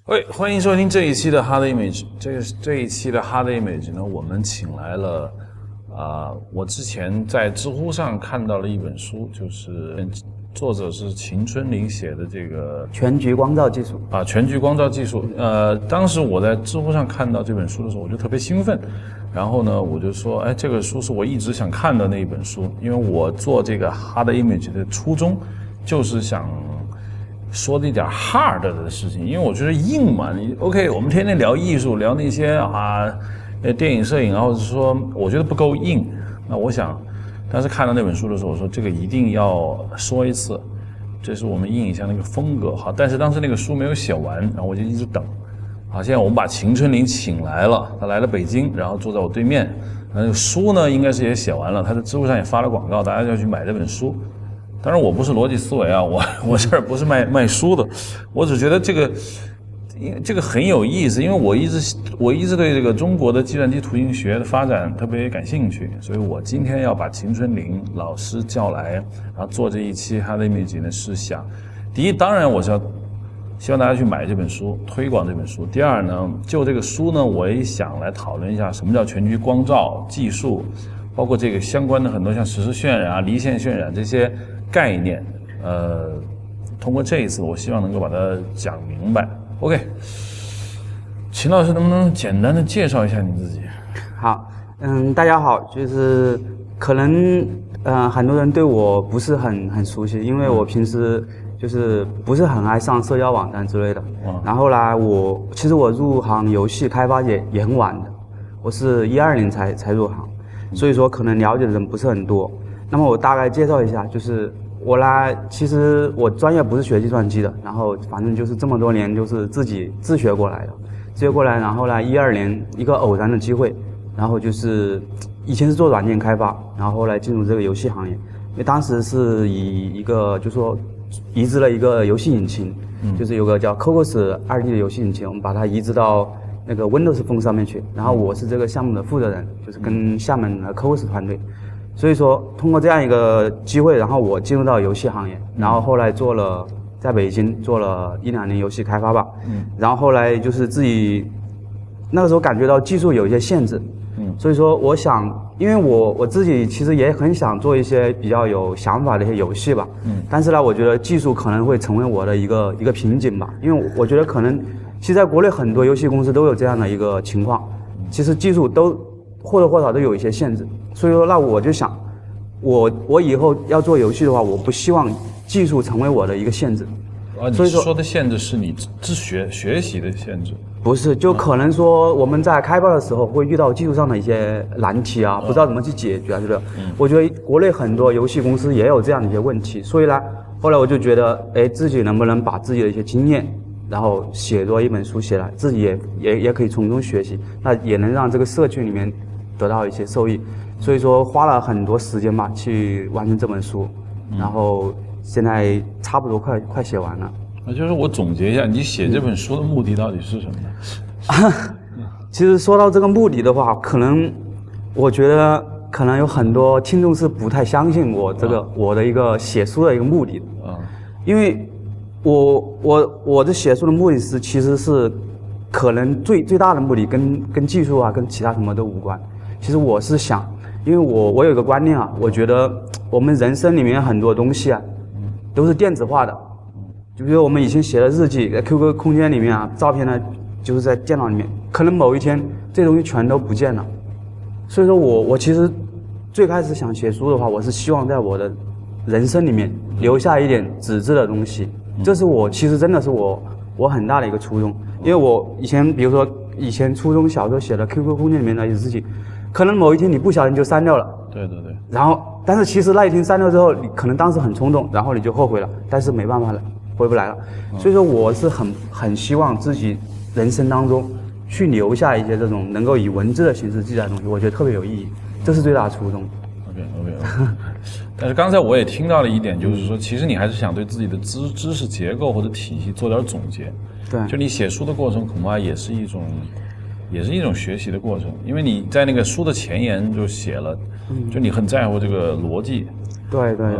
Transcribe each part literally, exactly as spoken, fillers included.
喂，欢迎收听这一期的 Hard Image。这个这一期的 Hard Image 呢，我们请来了啊、呃，我之前在知乎上看到了一本书，就是作者是秦春林写的这个全局光照技术啊，全局光照技术。呃，当时我在知乎上看到这本书的时候，我就特别兴奋。然后呢，我就说，哎，这个书是我一直想看的那一本书，因为我做这个 Hard Image 的初衷就是想说的一点 hard 的事情，因为我觉得硬嘛，你 OK， 我们天天聊艺术，聊那些啊，呃，电影、摄影，然后是说我觉得不够硬。那我想，当时看到那本书的时候，我说这个一定要说一次，这是我们印一下那个风格。好，但是当时那个书没有写完，然后我就一直等。好，现在我们把秦春林请来了，他来了北京，然后坐在我对面。那个书呢，应该是也写完了，他在知乎上也发了广告，大家就要去买这本书。当然我不是逻辑思维啊，我我这儿不是卖卖书的，我只觉得这个这个很有意思，因为我一直我一直对这个中国的计算机图形学的发展特别感兴趣，所以我今天要把秦春林老师叫来，然后做这一期Hard Image的事项。第一，当然我是要希望大家去买这本书，推广这本书。第二呢，就这个书呢，我也想来讨论一下什么叫全局光照技术，包括这个相关的很多像实时渲染啊、离线渲染这些概念，呃，通过这一次，我希望能够把它讲明白。OK， 秦老师能不能简单的介绍一下你自己？ 好，嗯，大家好，就是可能呃很多人对我不是很很熟悉，因为我平时就是不是很爱上社交网站之类的。嗯、然后呢，我其实我入行游戏开发也也很晚的，我是一二年才才入行，所以说可能了解的人不是很多。那么我大概介绍一下，就是我呢，其实我专业不是学计算机的，然后反正就是这么多年就是自己自学过来的，自学过来，然后呢，一二年一个偶然的机会，然后就是以前是做软件开发，然后后来进入这个游戏行业，因为当时是以一个就说移植了一个游戏引擎，嗯、就是有个叫 Cocos 二 D 的游戏引擎，我们把它移植到那个 Windows Phone 上面去，然后我是这个项目的负责人，就是跟厦门的 Cocos 团队。所以说，通过这样一个机会，然后我进入到游戏行业，然后后来做了在北京做了一两年游戏开发吧，嗯，然后后来就是自己那个时候感觉到技术有一些限制，嗯，所以说我想，因为我我自己其实也很想做一些比较有想法的一些游戏吧，嗯，但是呢，我觉得技术可能会成为我的一个一个瓶颈吧，因为我觉得可能其实在国内很多游戏公司都有这样的一个情况，其实技术都或多或少都有一些限制。所以说，那我就想，我我以后要做游戏的话，我不希望技术成为我的一个限制。 啊，你说的限制是你自学学习的限制？ 不是，就可能说我们在开发的时候会遇到技术上的一些难题啊，不知道怎么去解决啊，对不对？嗯。我觉得国内很多游戏公司也有这样的一些问题，所以呢，后来我就觉得，哎，自己能不能把自己的一些经验，然后写作一本书写来，自己也也也可以从中学习，那也能让这个社区里面得到一些受益。所以说花了很多时间吧，去完成这本书，然后现在差不多快快写完了。 那就是我总结一下，你写这本书的目的到底是什么呢？其实说到这个目的的话，可能我觉得可能有很多听众是不太相信我这个、啊、我的一个写书的一个目的的啊，因为我我我的写书的目的是其实是可能最最大的目的跟跟技术啊跟其他什么都无关。其实我是想。因为我我有一个观念啊，我觉得我们人生里面很多东西啊，都是电子化的。就比如我们以前写的日记，在 Q Q 空间里面啊，照片呢就是在电脑里面，可能某一天这东西全都不见了。所以说我我其实最开始想写书的话，我是希望在我的人生里面留下一点纸质的东西，这是我其实真的是我我很大的一个初衷。因为我以前比如说以前初中小时候写的 Q Q 空间里面的日记。可能某一天你不小心就删掉了， 对对对。 然后，但是其实那一天删掉之后，你可能当时很冲动，然后你就后悔了，但是没办法了，回不来了。嗯、所以说，我是很很希望自己人生当中去留下一些这种能够以文字的形式记载的东西，我觉得特别有意义，这是最大的初衷。 OK OK。但是刚才我也听到了一点，就是说，其实你还是想对自己的知知识结构或者体系做点总结。 对。 就你写书的过程，恐怕也是一种。也是一种学习的过程，因为你在那个书的前言就写了，嗯、就你很在乎这个逻辑。 对对、嗯，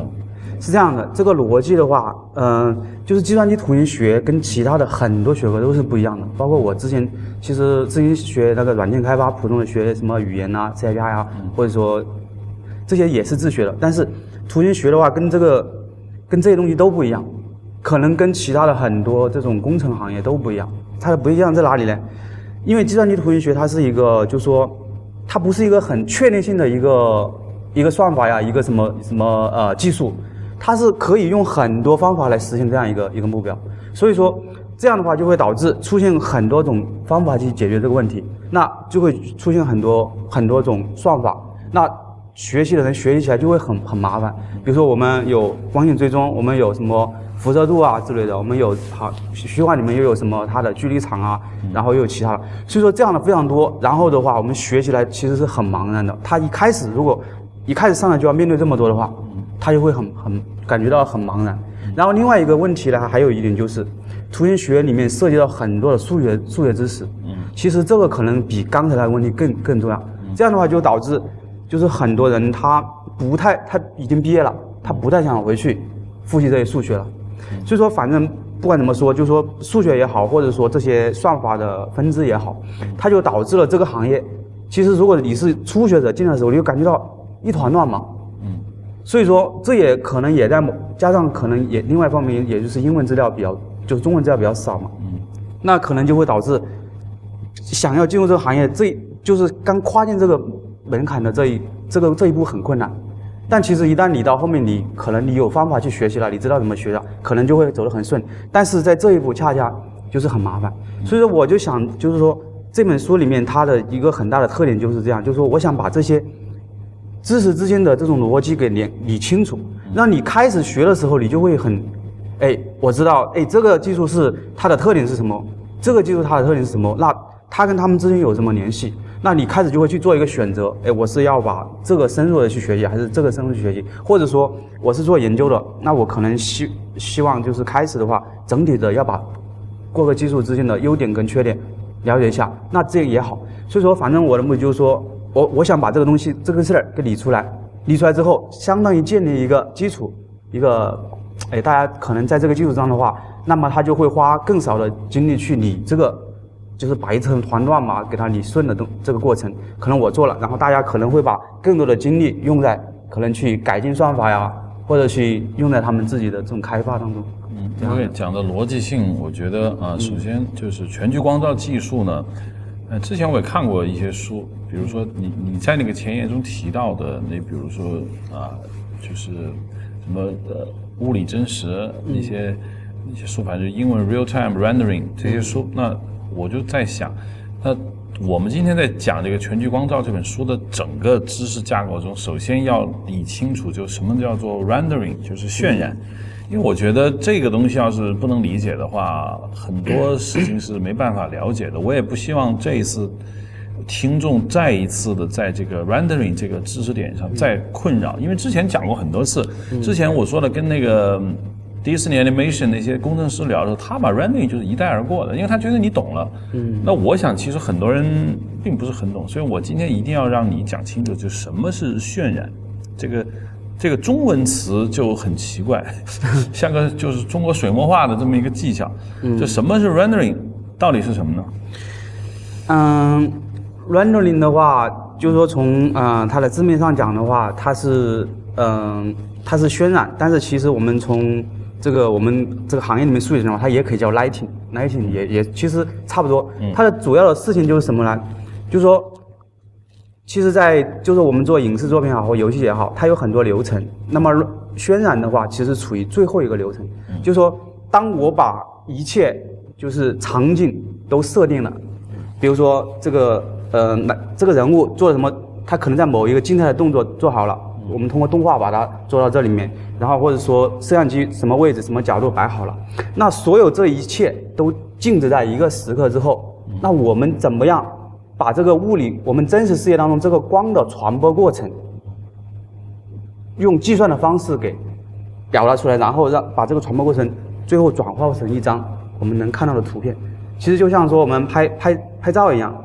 是这样的，这个逻辑的话，嗯、呃，就是计算机图形学跟其他的很多学科都是不一样的。包括我之前其实之前学那个软件开发，普通的学什么语言啊、C I P I 啊，或者说这些也是自学的。但是图形学的话，跟这个跟这些东西都不一样，可能跟其他的很多这种工程行业都不一样。它的不一样在哪里呢？因为计算机图形学它是一个，就是说它不是一个很确定性的一个一个算法呀，一个什么什么呃技术。它是可以用很多方法来实现这样一个一个目标，所以说这样的话就会导致出现很多种方法去解决这个问题，那就会出现很多很多种算法，那学习的人学习起来就会很很麻烦。比如说我们有光线追踪，我们有什么辐射度啊之类的，我们有好虚幻里面又有什么它的距离场啊，然后又有其他的，所以说这样的非常多。然后的话，我们学起来其实是很茫然的。他一开始如果一开始上来就要面对这么多的话，他就会很很感觉到很茫然。然后另外一个问题呢，还有一点就是，图形学里面涉及到很多的数学数学知识。嗯，其实这个可能比刚才那个问题更更重要。这样的话就导致，就是很多人他不太他已经毕业了，他不太想回去复习这些数学了。所以说，反正不管怎么说，就是说数学也好，或者说这些算法的分支也好，它就导致了这个行业。其实如果你是初学者进来的时候，你就感觉到一团乱麻。所以说，这也可能也在加上可能也另外一方面，也就是英文资料比较，就是中文资料比较少嘛，嗯，那可能就会导致想要进入这个行业，这就是刚跨进这个门槛的这一这个这一步很困难。但其实一旦你到后面，你可能你有方法去学习了，你知道怎么学了，可能就会走得很顺。但是在这一步恰恰就是很麻烦。所以说，我就想就是说这本书里面它的一个很大的特点就是这样，就是说我想把这些知识之间的这种逻辑给理理清楚，让你开始学的时候，你就会很，哎，我知道，哎，这个技术是它的特点是什么，这个技术它的特点是什么，那它跟它们之间有什么联系？那你开始就会去做一个选择，哎，我是要把这个深入的去学习，还是这个深入去学习？或者说我是做研究的，那我可能希希望就是开始的话，整体的要把各个技术之间的优点跟缺点了解一下，那这也好。所以说，反正我的目的就是说。我我想把这个东西这个事儿给理出来，理出来之后，相当于建立一个基础，一个，哎，大家可能在这个基础上的话，那么他就会花更少的精力去理这个，就是把一层团乱麻给它理顺的东这个过程，可能我做了，然后大家可能会把更多的精力用在可能去改进算法呀，或者去用在他们自己的这种开发当中。 嗯，因为讲的逻辑性，我觉得啊，首先就是全局光照技术呢。呃，之前我也看过一些书，比如说你你在那个前言中提到的那，比如说啊，就是什么呃物理真实那些那些书，反正英文 real time rendering 这些书，那我就在想，那我们今天在讲这个全局光照这本书的整个知识架构中，首先要理清楚，就什么叫做 rendering， 就是渲染。因为我觉得这个东西要是不能理解的话，很多事情是没办法了解的。我也不希望这一次听众再一次的在这个 rendering 这个知识点上再困扰，因为之前讲过很多次。之前我说的跟那个迪士尼 animation 那些工程师聊的时候，他把 rendering 就是一带而过的，因为他觉得你懂了。嗯，那我想其实很多人并不是很懂，所以我今天一定要让你讲清楚，就什么是渲染，这个。这个中文词就很奇怪，像个就是中国水墨画的这么一个技巧。嗯，这什么是 rendering， 到底是什么呢？ 嗯 ，rendering 的话，就是说从呃它的字面上讲的话，它是嗯、呃、它是渲染，但是其实我们从这个我们这个行业里面术语的话，它也可以叫 lighting，lighting 也也其实差不多。它的主要的事情就是什么呢？就是说。其实在就是我们做影视作品也好或游戏也好，它有很多流程。那么渲染的话，其实处于最后一个流程，嗯、就是说，当我把一切就是场景都设定了，比如说这个呃这个人物做什么，他可能在某一个静态的动作做好了，嗯、我们通过动画把它做到这里面，然后或者说摄像机什么位置什么角度摆好了，那所有这一切都静止在一个时刻之后，嗯、那我们怎么样？把这个物理，我们真实世界当中这个光的传播过程，用计算的方式给表达出来，然后让把这个传播过程最后转化成一张我们能看到的图片。其实就像说我们拍拍拍照一样，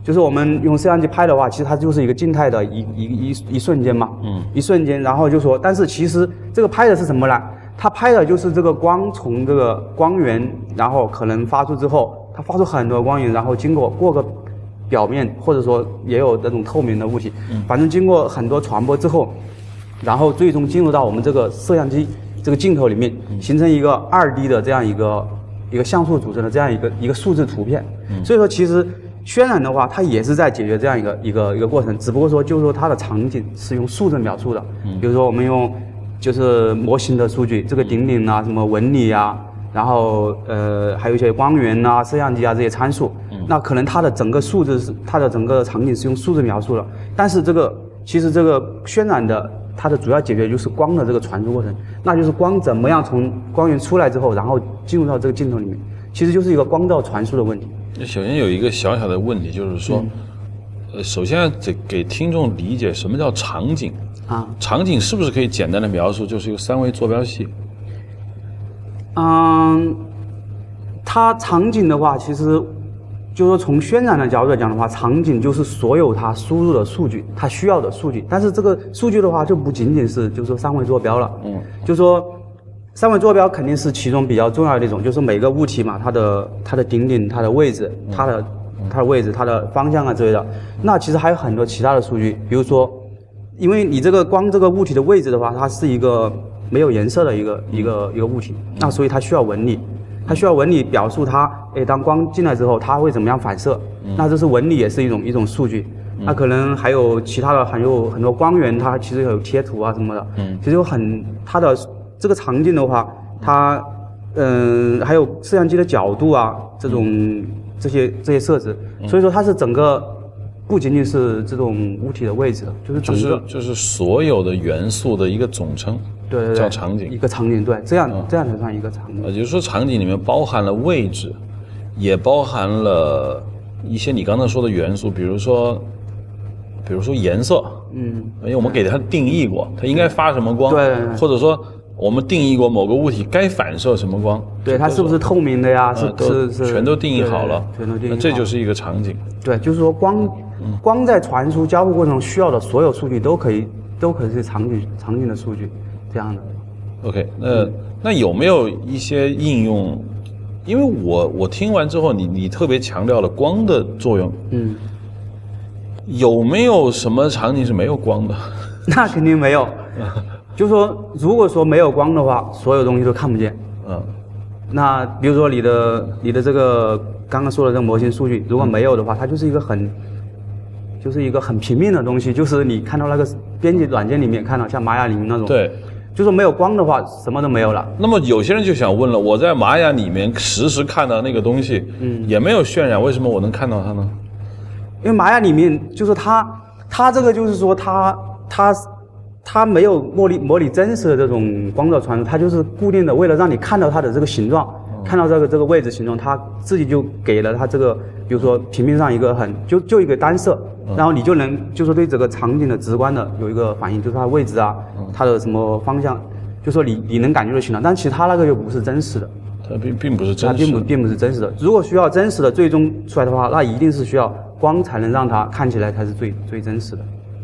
就是我们用摄像机拍的话，其实它就是一个静态的一一一一瞬间嘛，嗯，一瞬间，然后就说，但是其实这个拍的是什么呢？它拍的就是这个光从这个光源，然后可能发出之后，它发出很多光源，然后经过过个表面，或者说也有这种透明的物体，嗯，反正经过很多传播之后，然后最终进入到我们这个摄像机这个镜头里面，形成一个二 D 的这样一个一个像素组成的这样一个一个数字图片。嗯，所以说其实渲染的话，它也是在解决这样一个一个一个过程，只不过说就是说它的场景是用数字描述的。嗯，比如说我们用就是模型的数据，这个顶顶啊，什么纹理啊，然后呃还有一些光源啊、摄像机啊这些参数，嗯，那可能它的整个数字是它的整个场景是用数字描述的，但是这个其实这个渲染的它的主要解决就是光的这个传输过程，那就是光怎么样从光源出来之后，然后进入到这个镜头里面，其实就是一个光照传输的问题。 首先有一个小小的问题，就是说，嗯、呃，首先得给听众理解什么叫场景啊？场景是不是可以简单的描述，就是一个三维坐标系？ 嗯，它场景的话，其实就是说从渲染的角度来讲的话，场景就是所有它输入的数据，它需要的数据。但是这个数据的话，就不仅仅是就是说三维坐标了，嗯，就是说。三维坐标肯定是其中比较重要的一种，就是每个物体嘛，它的它的顶顶、它的位置、它的它的位置、它的方向啊之类的。那其实还有很多其他的数据，比如说，因为你这个光这个物体的位置的话，它是一个没有颜色的一个一个一个物体，那所以它需要纹理，它需要纹理表述它，哎，当光进来之后，它会怎么样反射？那这是纹理也是一种一种数据。那可能还有其他的，还有很多光源，它其实有贴图啊什么的。嗯，其实有很它的。这个场景的话，它，嗯、呃，还有摄像机的角度啊，这种这些这些设置，所以说它是整个不仅仅是这种物体的位置，就是整个就是就是所有的元素的一个总称， 对对对， 叫场景， 一个场景，对，这样、嗯、这样才算一个场景。 也就是说，场景里面包含了位置，也包含了一些你刚才说的元素，比如说，比如说颜色，嗯，因为我们给它定义过，它应该发什么光， 对，对对或者说。我们定义过某个物体该反射什么光， 对它是不是透明的呀？是是是， 全都定义好了， 全都定义好了。 那这就是一个场景。 对，就是说光、嗯、光在传输交互过程中需要的所有数据都可以都可以是场景场景的数据，这样的。 OK， 那、嗯、那有没有一些应用？因为我我听完之后，你你特别强调了光的作用，嗯，有没有什么场景是没有光的？ 那肯定没有。就是说，如果说没有光的话，所有东西都看不见。嗯，那比如说你的你的这个刚刚说的这个模型数据，如果没有的话，它就是一个很，就是一个很平面的东西，就是你看到那个编辑软件里面看到像玛雅里面那种。 对。 就说没有光的话，什么都没有了。 那么有些人就想问了，我在玛雅里面实时看到那个东西，嗯，也没有渲染，为什么我能看到它呢？ 因为玛雅里面就是它，它这个就是说它它。它没有模拟模拟真实的这种光照传输，它就是固定的，为了让你看到它的这个形状，嗯、看到这个这个位置形状，它自己就给了它这个，比如说平面上一个很就就一个单色，嗯、然后你就能就说对这个场景的直观的有一个反应，就是它的位置啊，嗯、它的什么方向，就说你你能感觉得清楚，但其他那个又不是真实的， 它并并不是真实的， 它并不并不是真实的。如果需要真实的最终出来的话，那一定是需要光才能让它看起来才是最最真实的。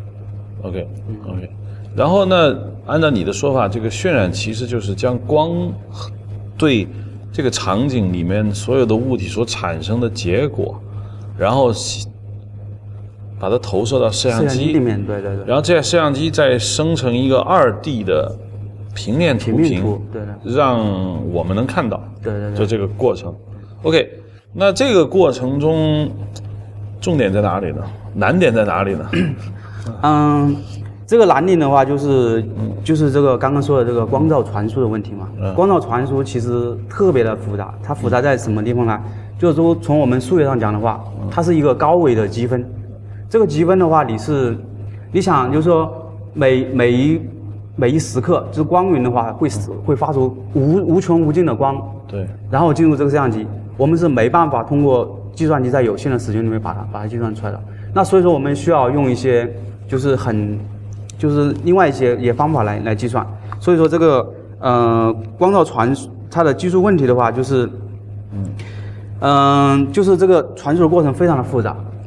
OK， 嗯 OK。然后呢，按照你的说法，这个渲染其实就是将光对这个场景里面所有的物体所产生的结果，然后把它投射到摄像机里面，对对对。 然后这摄像机再生成一个二 D 的平面图屏， 对对， 让我们能看到， 对对对， 就这个过程。OK， 那这个过程中重点在哪里呢？难点在哪里呢？ 嗯。这个难点的话，就是就是这个刚刚说的这个光照传输的问题嘛。嗯、光照传输其实特别的复杂，它复杂在什么地方呢？就是说从我们数学上讲的话，它是一个高维的积分。这个积分的话，你是你想就是说每每一每一时刻，就是光源的话会会发出无无穷无尽的光， 对，然后进入这个摄像机，我们是没办法通过计算机在有限的时间里面把它把它计算出来的。那所以说我们需要用一些就是很就是另外一些也方法来来计算。所以说这个呃光照传它的技术问题的话，就是嗯、呃、就是这个传输的过程非常的复杂。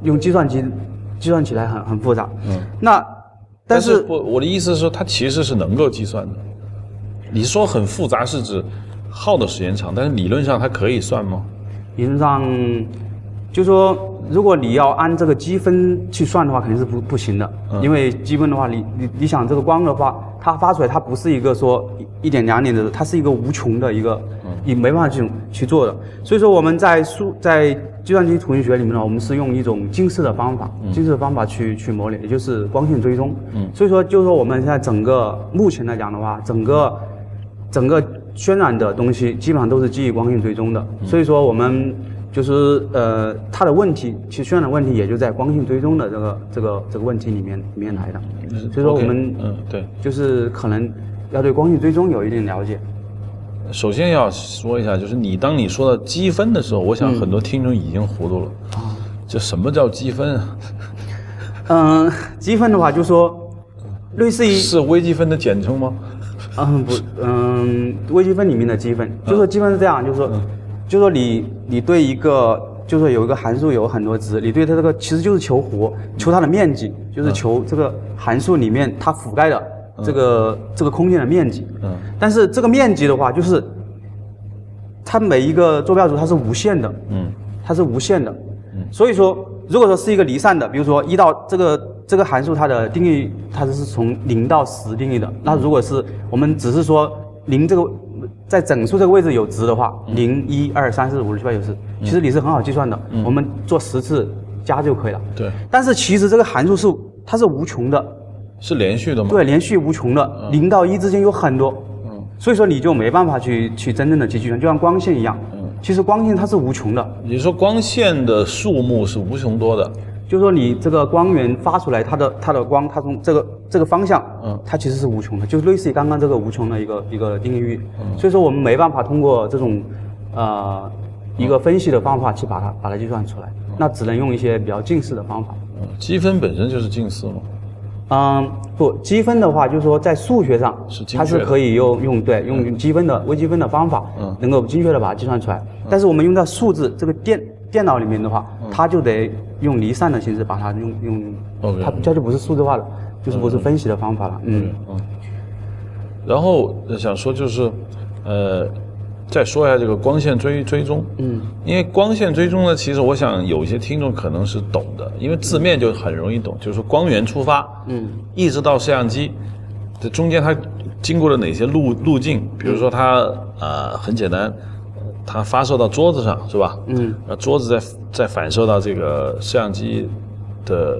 用计算机计算起来很很复杂。嗯，那但是我我的意思是说，它其实是能够计算的。你说很复杂是指耗的时间长，但是理论上它可以算吗？ 理论上，就说如果你要按这个积分去算的话，肯定是不不行的。嗯、因为积分的话，你你你想这个光的话，它发出来它不是一个说一点两点的，它是一个无穷的一个，嗯、你没办法去去做的。所以说我们在数在计算机图形学里面呢，我们是用一种近似的方法，嗯、近似的方法去去模拟，也就是光线追踪。嗯，所以说就是说我们现在整个目前来讲的话，整个整个渲染的东西基本上都是基于光线追踪的，嗯、所以说我们就是呃它的问题，其实渲染问题也就在光线追踪的这个这个这个问题里面里面来的。所以说我们嗯对， 就是可能要对光线追踪有一定了解。 首先要说一下，就是你当你说到积分的时候，我想很多听众已经糊涂了。啊、嗯，这什么叫积分啊？ 嗯，积分的话，就说类似于是微积分的简称吗？ 嗯不，嗯，微积分里面的积分，就说积分是这样，就是说，就说你你对一个，就说有一个函数有很多值，你对它这个其实就是求弧，求它的面积，就是求这个函数里面它覆盖的这个这个空间的面积。嗯。但是这个面积的话，就是它每一个坐标轴它是无限的。嗯。它是无限的。嗯。所以说，如果说是一个离散的，比如说一到这个。这个函数它的定义，它是从零到十定义的。那如果是我们只是说零这个在整数这个位置有值的话，零、一、二、三、四、五、六、七、八、九、十，其实你是很好计算的。嗯、我们做十次加就可以了。对。但是其实这个函数是它是无穷的， 是连续的吗？ 对，连续无穷的，零、嗯、到一之间有很多。嗯。所以说你就没办法去去真正的去计算，就像光线一样。嗯。其实光线它是无穷的。 你说光线的数目是无穷多的。 就是说你这个光源发出来，它的它的光，它从这个这个方向，嗯，它其实是无穷的，就类似于刚刚这个无穷的一个一个定义域。嗯，所以说我们没办法通过这种呃一个分析的方法去把它把它计算出来，嗯、那只能用一些比较近似的方法。 嗯，积分本身就是近似吗？ 嗯，不，积分的话，就是说在数学上是精确的， 它是可以用用对用积分的微积分的方法，嗯，能够精确的把它计算出来。嗯、但是我们用到数字这个电电脑里面的话，嗯、它就得用离散的形式把它用用， okay, 它它就不是数字化的，就是不是分析的方法了。嗯 okay, 嗯。然后想说就是，呃。再说一下这个光线追追踪，嗯，因为光线追踪呢，其实我想有一些听众可能是懂的，因为字面就很容易懂，就是说光源出发，嗯，一直到摄像机，这中间它经过了哪些路路径？比如说它呃很简单，它发射到桌子上是吧？嗯，那桌子再再反射到这个摄像机的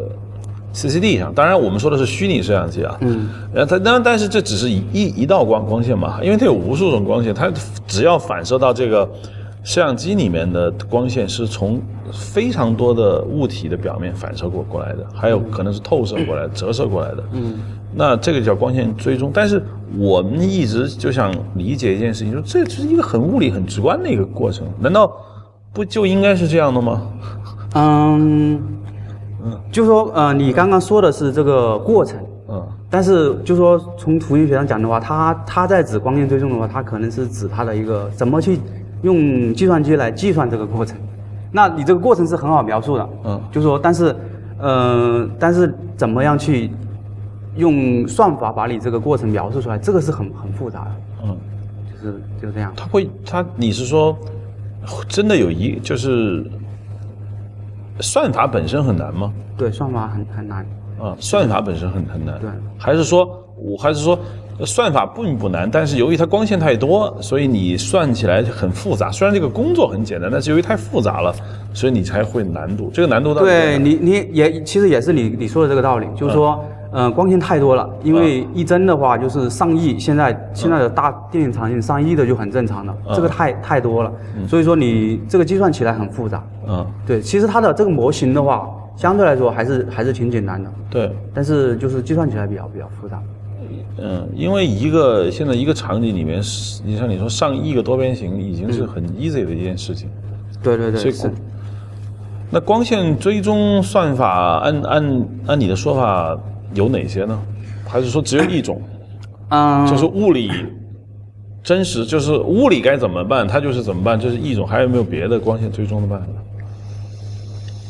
C C D 上，当然我们说的是虚拟摄像机啊，嗯，呃，它当然但是这只是一一道光光线嘛，因为它有无数种光线，它只要反射到这个摄像机里面的光线是从非常多的物体的表面反射过过来的，还有可能是透射过来的、折射过来的，嗯，那这个叫光线追踪。但是我们一直就想理解一件事情，说这就是一个很物理、很直观的一个过程，难道不就应该是这样的吗？ 嗯。就说呃，你刚刚说的是这个过程，嗯，但是就说从图形学上讲的话，它它在指光线追踪的话，它可能是指它的一个怎么去用计算机来计算这个过程。那你这个过程是很好描述的，嗯，就说但是呃，但是怎么样去用算法把你这个过程描述出来，这个是很很复杂的，嗯，就是就这样。 它会，它你是说真的有一就是。算法本身很难吗？ 对，算法很很难。 啊，算法本身很很难。 对， 还是说，我还是说，算法并不难，但是由于它光线太多，所以你算起来很复杂。虽然这个工作很简单，但是由于太复杂了，所以你才会难度。这个难度到底对你，你也其实也是你你说的这个道理，就是说。嗯呃，光线太多了，因为一帧的话就是上亿，现在现在的大电影场景上亿的就很正常了，嗯、这个太太多了，嗯、所以说你这个计算起来很复杂。嗯，对，其实它的这个模型的话，相对来说还是还是挺简单的。 对， 但是就是计算起来比较比较复杂。 嗯，因为一个现在一个场景里面，你像你说上亿个多边形，已经是很 easy 的一件事情。 嗯、对对对，所以是。 那光线追踪算法，按按按你的说法。有哪些呢？还是说只有一种？嗯，就是物理真实，就是物理该怎么办，它就是怎么办，这是一种。还有没有别的光线追踪的办法？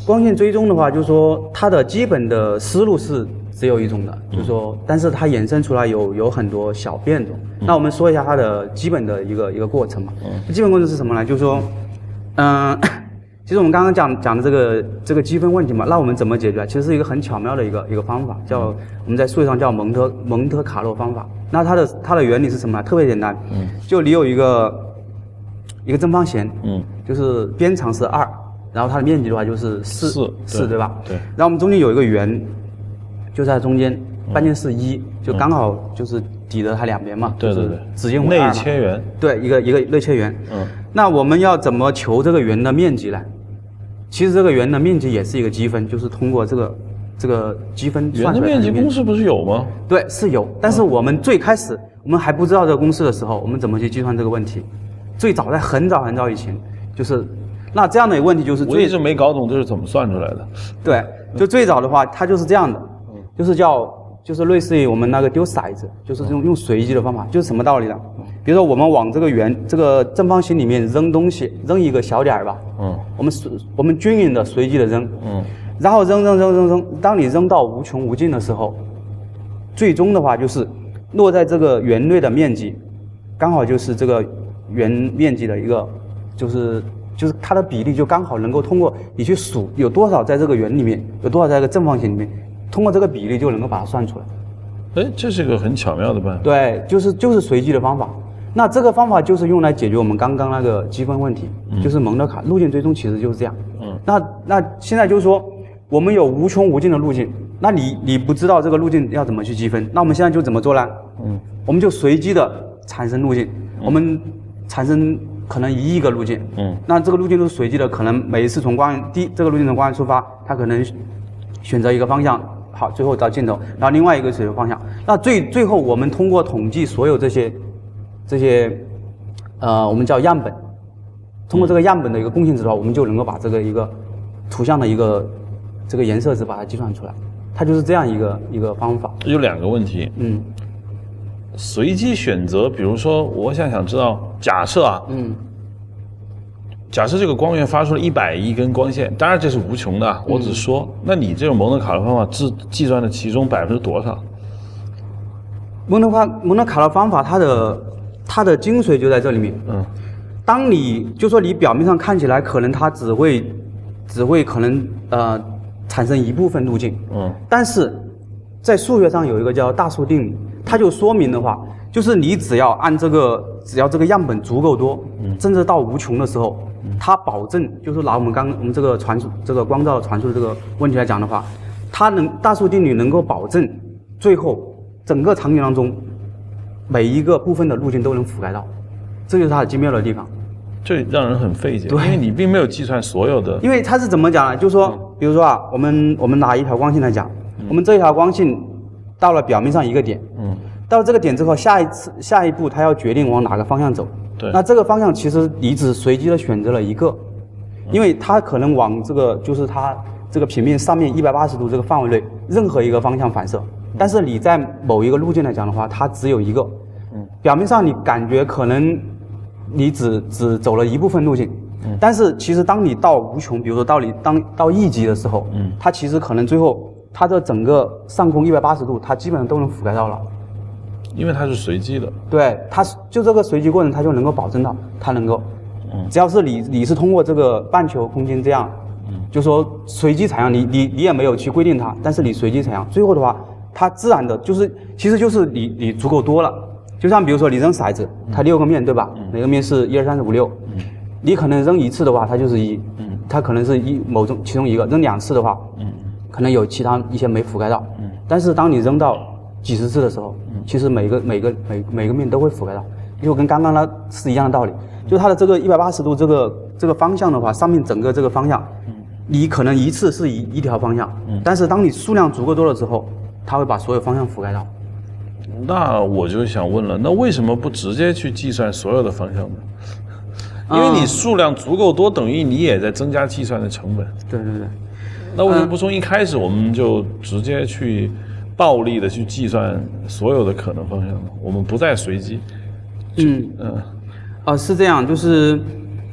光线追踪的话，就是说它的基本的思路是只有一种的，就是说，但是它衍生出来有有很多小变种。嗯、那我们说一下它的基本的一个一个过程嘛。嗯、基本过程是什么呢？就是说，嗯、呃，其实我们刚刚讲讲的这个这个积分问题嘛，那我们怎么解决？其实是一个很巧妙的一个一个方法，叫我们在数学上叫蒙特蒙特卡洛方法。那它的它的原理是什么呢？特别简单，嗯，就你有一个一个正方形，嗯，就是边长是二。然后它的面积的话就是四四四对吧？对。然后我们中间有一个圆，就在中间，半径是一、嗯，就刚好就是抵着它两边嘛。 对对对。 直径为二嘛。 内切圆。 对，一个一个内切圆。嗯。那我们要怎么求这个圆的面积呢？其实这个圆的面积也是一个积分，就是通过这个这个积分算出来的面积。 圆的面积公式不是有吗？ 对，是有。但是我们最开始我们还不知道这个公式的时候，我们怎么去计算这个问题？最早在很早很早以前，就是。那这样的一个问题就是最， 我一直没搞懂这是怎么算出来的。 对，就最早的话，它就是这样的，就是叫就是类似于我们那个丢骰子，就是用用随机的方法，就是什么道理呢？比如说我们往这个圆这个正方形里面扔东西，扔一个小点儿吧，嗯，我们我们均匀的随机的扔，嗯，然后扔扔扔扔扔，当你扔到无穷无尽的时候，最终的话就是落在这个圆内的面积，刚好就是这个圆面积的一个就是。就是它的比例就刚好能够通过你去数有多少在这个圆里面，有多少在这个正方形里面，通过这个比例就能够把它算出来。 哎，这是个很巧妙的办法。 对，就是就是随机的方法。那这个方法就是用来解决我们刚刚那个积分问题，嗯、就是蒙特卡路径追踪其实就是这样。嗯。那那现在就是说，我们有无穷无尽的路径，那你你不知道这个路径要怎么去积分，那我们现在就怎么做呢？嗯。我们就随机的产生路径，嗯、我们产生。可能一亿个路径，嗯，那这个路径都是随机的，可能每一次从光源第这个路径从光源出发，它可能选择一个方向，好，最后到尽头，然后另外一个是一个方向。那最最后我们通过统计所有这些这些呃我们叫样本，通过这个样本的一个共性值的话，我们就能够把这个一个图像的一个这个颜色值把它计算出来，它就是这样一个一个方法。 有两个问题，嗯。随机选择，比如说，我想想知道，假设啊，嗯，假设这个光源发出了一百亿根光线，当然这是无穷的，我只说，嗯、那你这种蒙特卡洛方法计计算的其中百分之多少？ 蒙特卡蒙特卡洛方法它的它的精髓就在这里面，嗯，当你就说你表面上看起来可能它只会只会可能呃产生一部分路径，嗯，但是在数学上有一个叫大数定律。它就说明的话，就是你只要按这个，只要这个样本足够多，嗯，甚至到无穷的时候，嗯、它保证，就是拿我们刚我们这个传输这个光照传输的这个问题来讲的话，它能大数定律能够保证最后整个场景当中每一个部分的路径都能覆盖到，这就是它的精妙的地方。 这让人很费解，因为你并没有计算所有的。 因为它是怎么讲呢？就是说，嗯、比如说啊，我们我们拿一条光线来讲，嗯、我们这一条光线。到了表面上一个点，嗯，到了这个点之后，下一次下一步它要决定往哪个方向走。 对， 那这个方向其实你只随机的选择了一个，因为它可能往这个就是它这个平面上面一百八十度这个范围内任何一个方向反射，但是你在某一个路径来讲的话，它只有一个。嗯，表面上你感觉可能你只只走了一部分路径，嗯，但是其实当你到无穷，比如说到你当到亿级的时候，嗯，它其实可能最后。它的整个上空一百八十度，它基本上都能覆盖到了， 因为它是随机的。 对，它就这个随机过程，它就能够保证到它能够，嗯，只要是你你是通过这个半球空间这样，嗯，就说随机采样，你你你也没有去规定它，但是你随机采样，最后的话，它自然的就是，其实就是你你足够多了，就像比如说你扔骰子，它六个面对吧？嗯、每个面是一二三四五六，嗯，你可能扔一次的话，它就是一，嗯，它可能是一某种其中一个，扔两次的话，嗯。可能有其他一些没覆盖到，嗯，但是当你扔到几十次的时候，嗯，其实每个每个每每个面都会覆盖到，就跟刚刚那是一样的道理。就它的这个一百八十度这个这个方向的话，上面整个这个方向，嗯，你可能一次是一一条方向，嗯，但是当你数量足够多了之后，它会把所有方向覆盖到。 那我就想问了，那为什么不直接去计算所有的方向呢？因为你数量足够多，等于你也在增加计算的成本。 对对对。 那为什么不从一开始我们就直接去暴力的去计算所有的可能方向呢？我们不再随机。 嗯嗯，呃，是这样，就是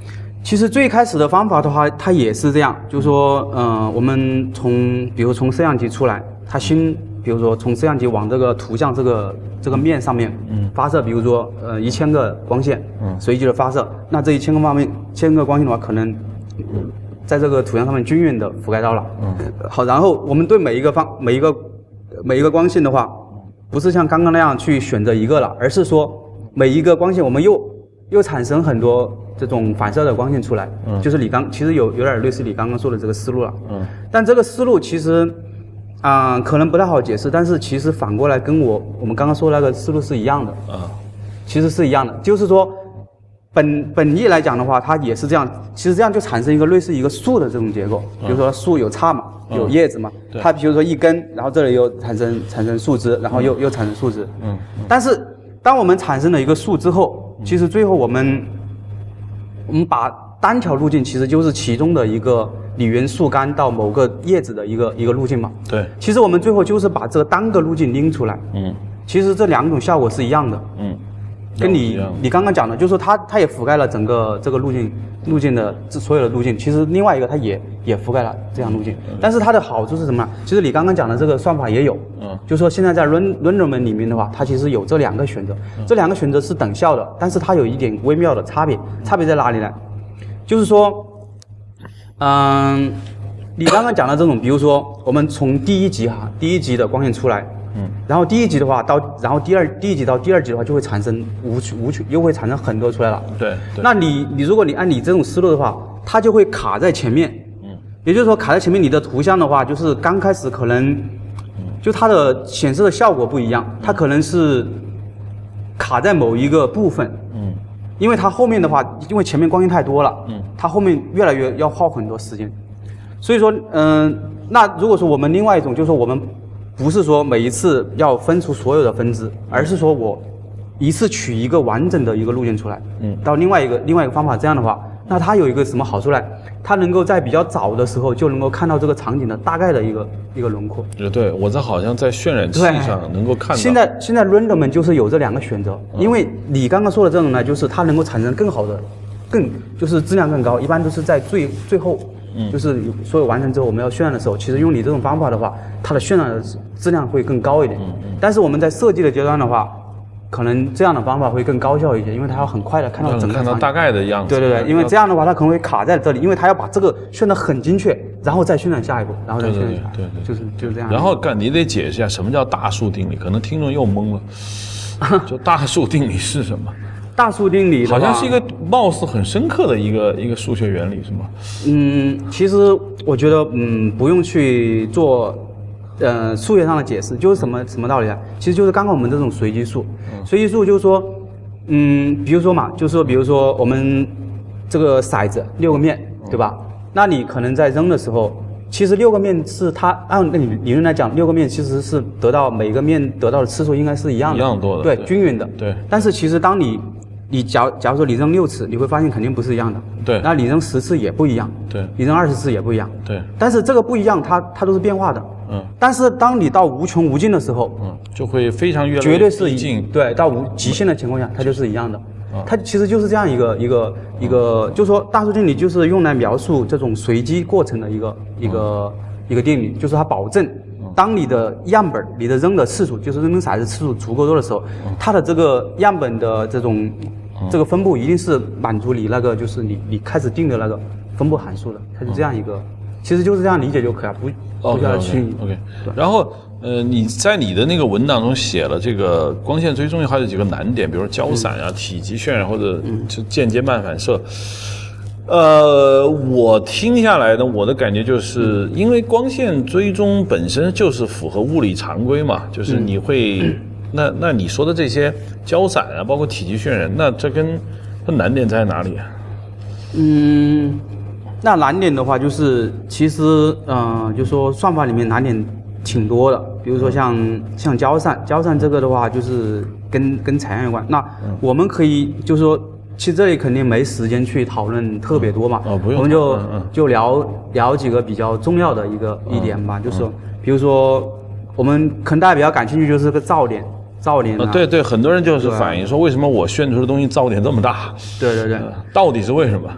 其实最开始的方法的话，它也是这样，就是说，呃，我们从比如从摄像机出来，它先比如说从摄像机往这个图像这个这个面上面发射，比如说呃一千个光线，嗯，随机的发射，那这一千个方面千个光线的话，可能在这个图像上面均匀的覆盖到了，嗯，好，然后我们对每一个方每一个每一个光线的话，不是像刚刚那样去选择一个了，而是说每一个光线我们又又产生很多这种反射的光线出来，嗯，就是你刚其实有有点类似你刚刚说的这个思路了，嗯，但这个思路其实啊、呃、可能不太好解释，但是其实反过来跟我我们刚刚说的那个思路是一样的，啊、嗯，其实是一样的，就是说本本意来讲的话，它也是这样，其实这样就产生一个类似一个树的这种结构，比如说树有杈嘛，嗯、有叶子嘛，嗯、它比如说一根，然后这里又产生产生树枝，然后又、嗯、又产生树枝，嗯，嗯但是当我们产生了一个树之后，其实最后我们我们把单条路径其实就是其中的一个你原树干到某个叶子的一个一个路径嘛。对。其实我们最后就是把这个单个路径拎出来。嗯。其实这两种效果是一样的。嗯。跟你你刚刚讲的，就是说它它也覆盖了整个这个路径路径的这所有的路径。其实另外一个它也也覆盖了这样路径，嗯、但是它的好处是什么呢？其实你刚刚讲的这个算法也有。嗯。就是说现在在 Run Runderman 里面的话，它其实有这两个选择，嗯、这两个选择是等效的，但是它有一点微妙的差别。差别在哪里呢？就是说，嗯，你刚刚讲的这种，比如说我们从第一级哈，第一级的光线出来，嗯，然后第一级的话到，然后第二第一级到第二级的话，就会产生无穷无穷，又会产生很多出来了。对。对那你你如果你按你这种思路的话，它就会卡在前面，嗯，也就是说卡在前面，你的图像的话，就是刚开始可能，就它的显示的效果不一样，它可能是卡在某一个部分，嗯。因为它后面的话，因为前面光线太多了，嗯，它后面越来越要耗很多时间，所以说，嗯、呃，那如果说我们另外一种，就是说我们不是说每一次要分出所有的分支，而是说我一次取一个完整的一个路径出来，嗯，到另外一个另外一个方法，这样的话，那它有一个什么好处呢？它能够在比较早的时候就能够看到这个场景的大概的一个一个轮廓。对，我这好像在渲染器上能够看到。现在现在 Renderman 就是有这两个选择，嗯、因为你刚刚说的这种呢，就是它能够产生更好的，更就是质量更高，一般都是在最最后，嗯，就是所有完成之后我们要渲染的时候，其实用你这种方法的话，它的渲染的质量会更高一点。嗯嗯。但是我们在设计的阶段的话，可能这样的方法会更高效一些，因为它要很快的看到整个看到大概的样子。对对对，因为这样的话它可能会卡在这里，因为它要把这个渲得很精确，然后再渲染下一步，然后再渲染下一步。对对对，就是就是这样。然后干，你得解释一下什么叫大数定理，可能听众又懵了。就大数定理是什么？大数定理好像是一个貌似很深刻的一个一个数学原理，是吗？嗯，其实我觉得嗯不用去做。呃，数学上的解释就是什么什么道理啊？其实就是刚刚我们这种随机数，嗯、随机数就是说，嗯，比如说嘛，就是说，比如说我们这个骰子六个面，对吧？嗯、那你可能在扔的时候，其实六个面是它按理理论来讲，六个面其实是得到每个面得到的次数应该是一样的，一样多的，对，对均匀的，对。但是其实当你你假假如说你扔六次，你会发现肯定不是一样的，对。那你扔十次也不一样，对。你扔二十次也不一样，对。但是这个不一样，它它都是变化的。嗯，但是当你到无穷无尽的时候，嗯，就会非常越来越绝对是一尽，对，到无极限的情况下，它就是一样的。嗯、它其实就是这样一个一个一个，就是说大数定理就是用来描述这种随机过程的一个一个、嗯、一个定理，就是它保证，当你的样本你的扔的次数，就是扔骰子次数足够多的时候，嗯、它的这个样本的这种、嗯、这个分布一定是满足你那个就是你你开始定的那个分布函数的，它是这样一个。嗯其实就是这样理解就可以了，不不需要去 OK, okay, okay. 然后呃你在你的那个文档中写了这个光线追踪还有几个难点，比如说焦散啊、嗯、体积渲染或者就间接慢反射。呃我听下来呢，我的感觉就是因为光线追踪本身就是符合物理常规嘛，就是你会、嗯、那那你说的这些焦散啊包括体积渲染，那这跟它难点在哪里啊？嗯那难点的话，就是其实，嗯、呃，就说算法里面难点挺多的。比如说像、嗯、像焦散，焦散这个的话，就是跟跟采样有关。那我们可以就是说，其实这里肯定没时间去讨论特别多嘛。哦，不用。我们就、嗯、就聊聊几个比较重要的一个、嗯、一点吧，就是说，比如说我们可能大家比较感兴趣就是个噪点。噪点、啊呃、对对，很多人就是反映说，为什么我炫出的东西噪点这么大？对对对，呃、到底是为什么？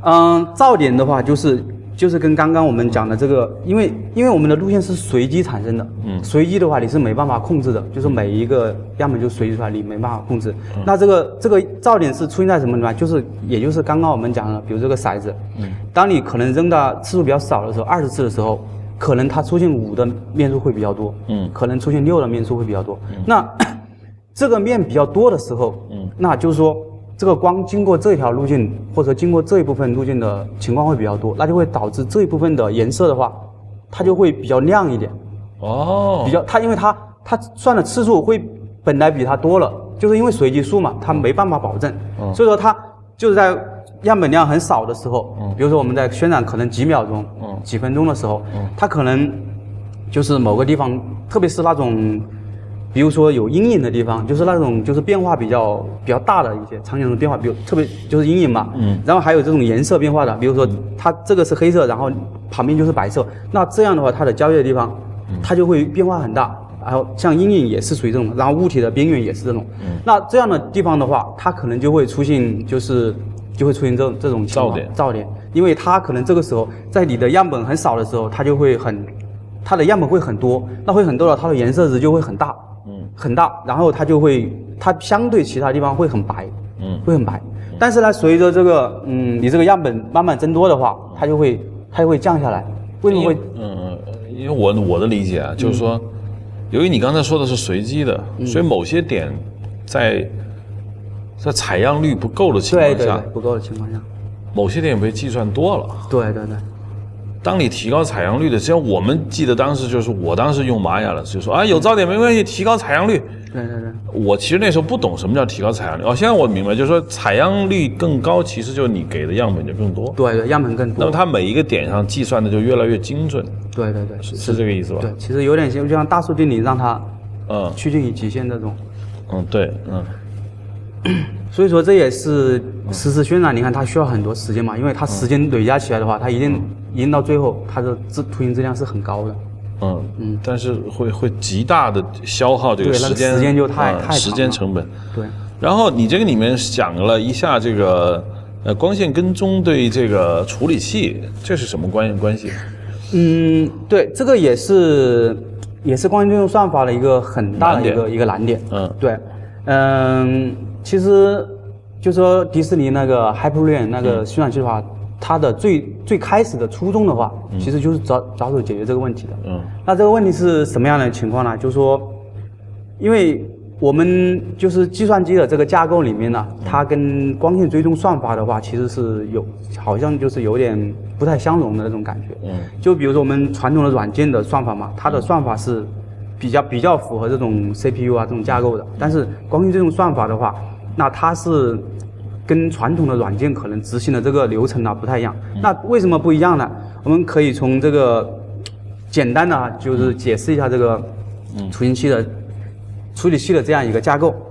嗯，噪点的话就是就是跟刚刚我们讲的这个，因为因为我们的路线是随机产生的，嗯，随机的话你是没办法控制的，就是每一个样本就随机出来，你没办法控制。嗯、那这个这个噪点是出现在什么地方？就是也就是刚刚我们讲的，比如这个骰子，嗯，当你可能扔的次数比较少的时候，二十次的时候，可能它出现五的面数会比较多，嗯，可能出现六的面数会比较多。嗯、那这个面比较多的时候，嗯，那就是说。这个光经过这条路径或者经过这一部分路径的情况会比较多，那就会导致这一部分的颜色的话，它就会比较亮一点。哦，比较它因为它它算的次数会本来比它多了，就是因为随机数嘛，它没办法保证，嗯、所以说它就是在样本量很少的时候，嗯、比如说我们在渲染可能几秒钟、嗯、几分钟的时候，嗯、它可能就是某个地方，特别是那种。比如说有阴影的地方，就是那种就是变化比较比较大的一些场景中变化，比如特别就是阴影嘛，嗯，然后还有这种颜色变化的，比如说它这个是黑色，然后旁边就是白色，那这样的话它的交界的地方，它就会变化很大，然后像阴影也是属于这种，然后物体的边缘也是这种，嗯，那这样的地方的话，它可能就会出现就是就会出现这种这种情况噪点， 噪点，因为它可能这个时候在你的样本很少的时候，它就会很，它的样本会很多，那会很多了，它的颜色值就会很大。嗯，很大，然后它就会，它相对其他地方会很白，嗯，会很白。嗯、但是呢，随着这个，嗯，你这个样本慢慢增多的话，它就会，它就会降下来。为什么会？ 嗯，因为我我的理解啊，就是说，嗯、由于你刚才说的是随机的，嗯、所以某些点在在采样率不够的情况下， 对对对，不够的情况下， 某些点被计算多了。 对对对。 当你提高采样率的，实际上我们记得当时就是我当时用玛雅的，就说啊有噪点没关系，提高采样率。 对对对。 我其实那时候不懂什么叫提高采样率，哦，现在我明白，就是说采样率更高，其实就是你给的样本就更多。 对对，样本更多。 那么它每一个点上计算的就越来越精准。 对对对， 是是这个意思吧？ 对，其实有点像就像大数据里让它，嗯，趋近于极限这种。 嗯，对，嗯。 所以说这也是实时渲染，你看它需要很多时间嘛，因为它时间累加起来的话，它一定一定到最后它的质图形质量是很高的。 嗯嗯，但是会会极大的消耗这个时间， 时间就太、呃、太长了， 时间成本。 对。 然后你这个里面讲了一下这个呃光线跟踪对这个处理器，这是什么关关系？ 嗯，对，这个也是也是光线对应算法的一个很大的一个一个难点。嗯，对，嗯。其实，就说迪士尼那个 Hyperion 那个渲染器的话，嗯、它的最最开始的初衷的话，嗯、其实就是着着手解决这个问题的。嗯，那这个问题是什么样的情况呢？就是说，因为我们就是计算机的这个架构里面呢，嗯、它跟光线追踪算法的话，其实是有好像就是有点不太相容的那种感觉。嗯，就比如说我们传统的软件的算法嘛，它的算法是比较比较符合这种 C P U 啊这种架构的，但是光线追踪算法的话，那它是跟传统的软件可能执行的这个流程啊不太一样。那为什么不一样呢？我们可以从这个简单的啊，就是解释一下这个处理器的处理器的这样一个架构。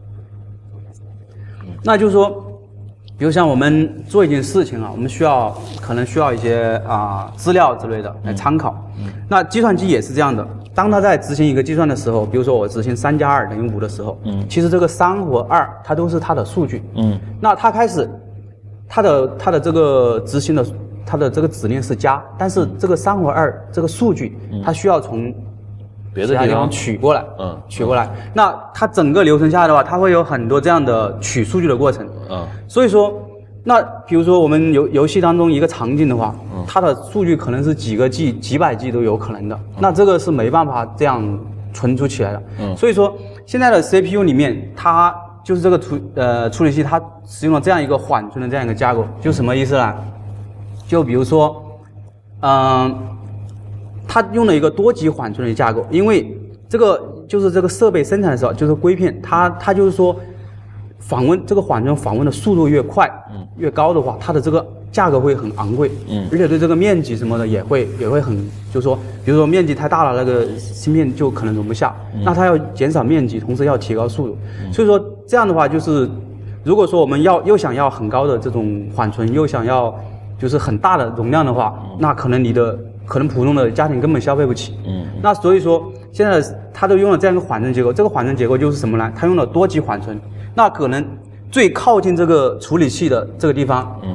那就是说，比如像我们做一件事情啊，我们需要可能需要一些啊资料之类的来参考。那计算机也是这样的。当它在执行一个计算的时候，比如说我执行三加二等于五的时候，嗯，其实这个三和二它都是它的数据，嗯，那它开始，它的它的这个执行的它的这个指令是加，但是这个三和二这个数据，它需要从别的地方取过来， 嗯， 取过来。那它整个流程下来的话，它会有很多这样的取数据的过程，嗯，所以说。那比如说我们游游戏当中一个场景的话，嗯、它的数据可能是几个 G、几百 G 都有可能的，嗯、那这个是没办法这样存储起来的。嗯，所以说现在的 C P U 里面，它就是这个处呃处理器，它使用了这样一个缓存的这样一个架构，就什么意思呢？就比如说，嗯、呃，它用了一个多级缓存的架构，因为这个就是这个设备生产的时候，就是硅片，它它就是说。访问这个缓存访问的速度越快，嗯，越高的话，它的这个价格会很昂贵，嗯，而且对这个面积什么的也会也会很，就是说，比如说面积太大了，那个芯片就可能容不下，嗯、那它要减少面积，同时要提高速度，嗯、所以说这样的话就是，如果说我们要又想要很高的这种缓存，又想要就是很大的容量的话，嗯、那可能你的可能普通的家庭根本消费不起，嗯，那所以说现在它都用了这样一个缓存结构，这个缓存结构就是什么呢？它用了多级缓存。那可能最靠近这个处理器的这个地方，嗯，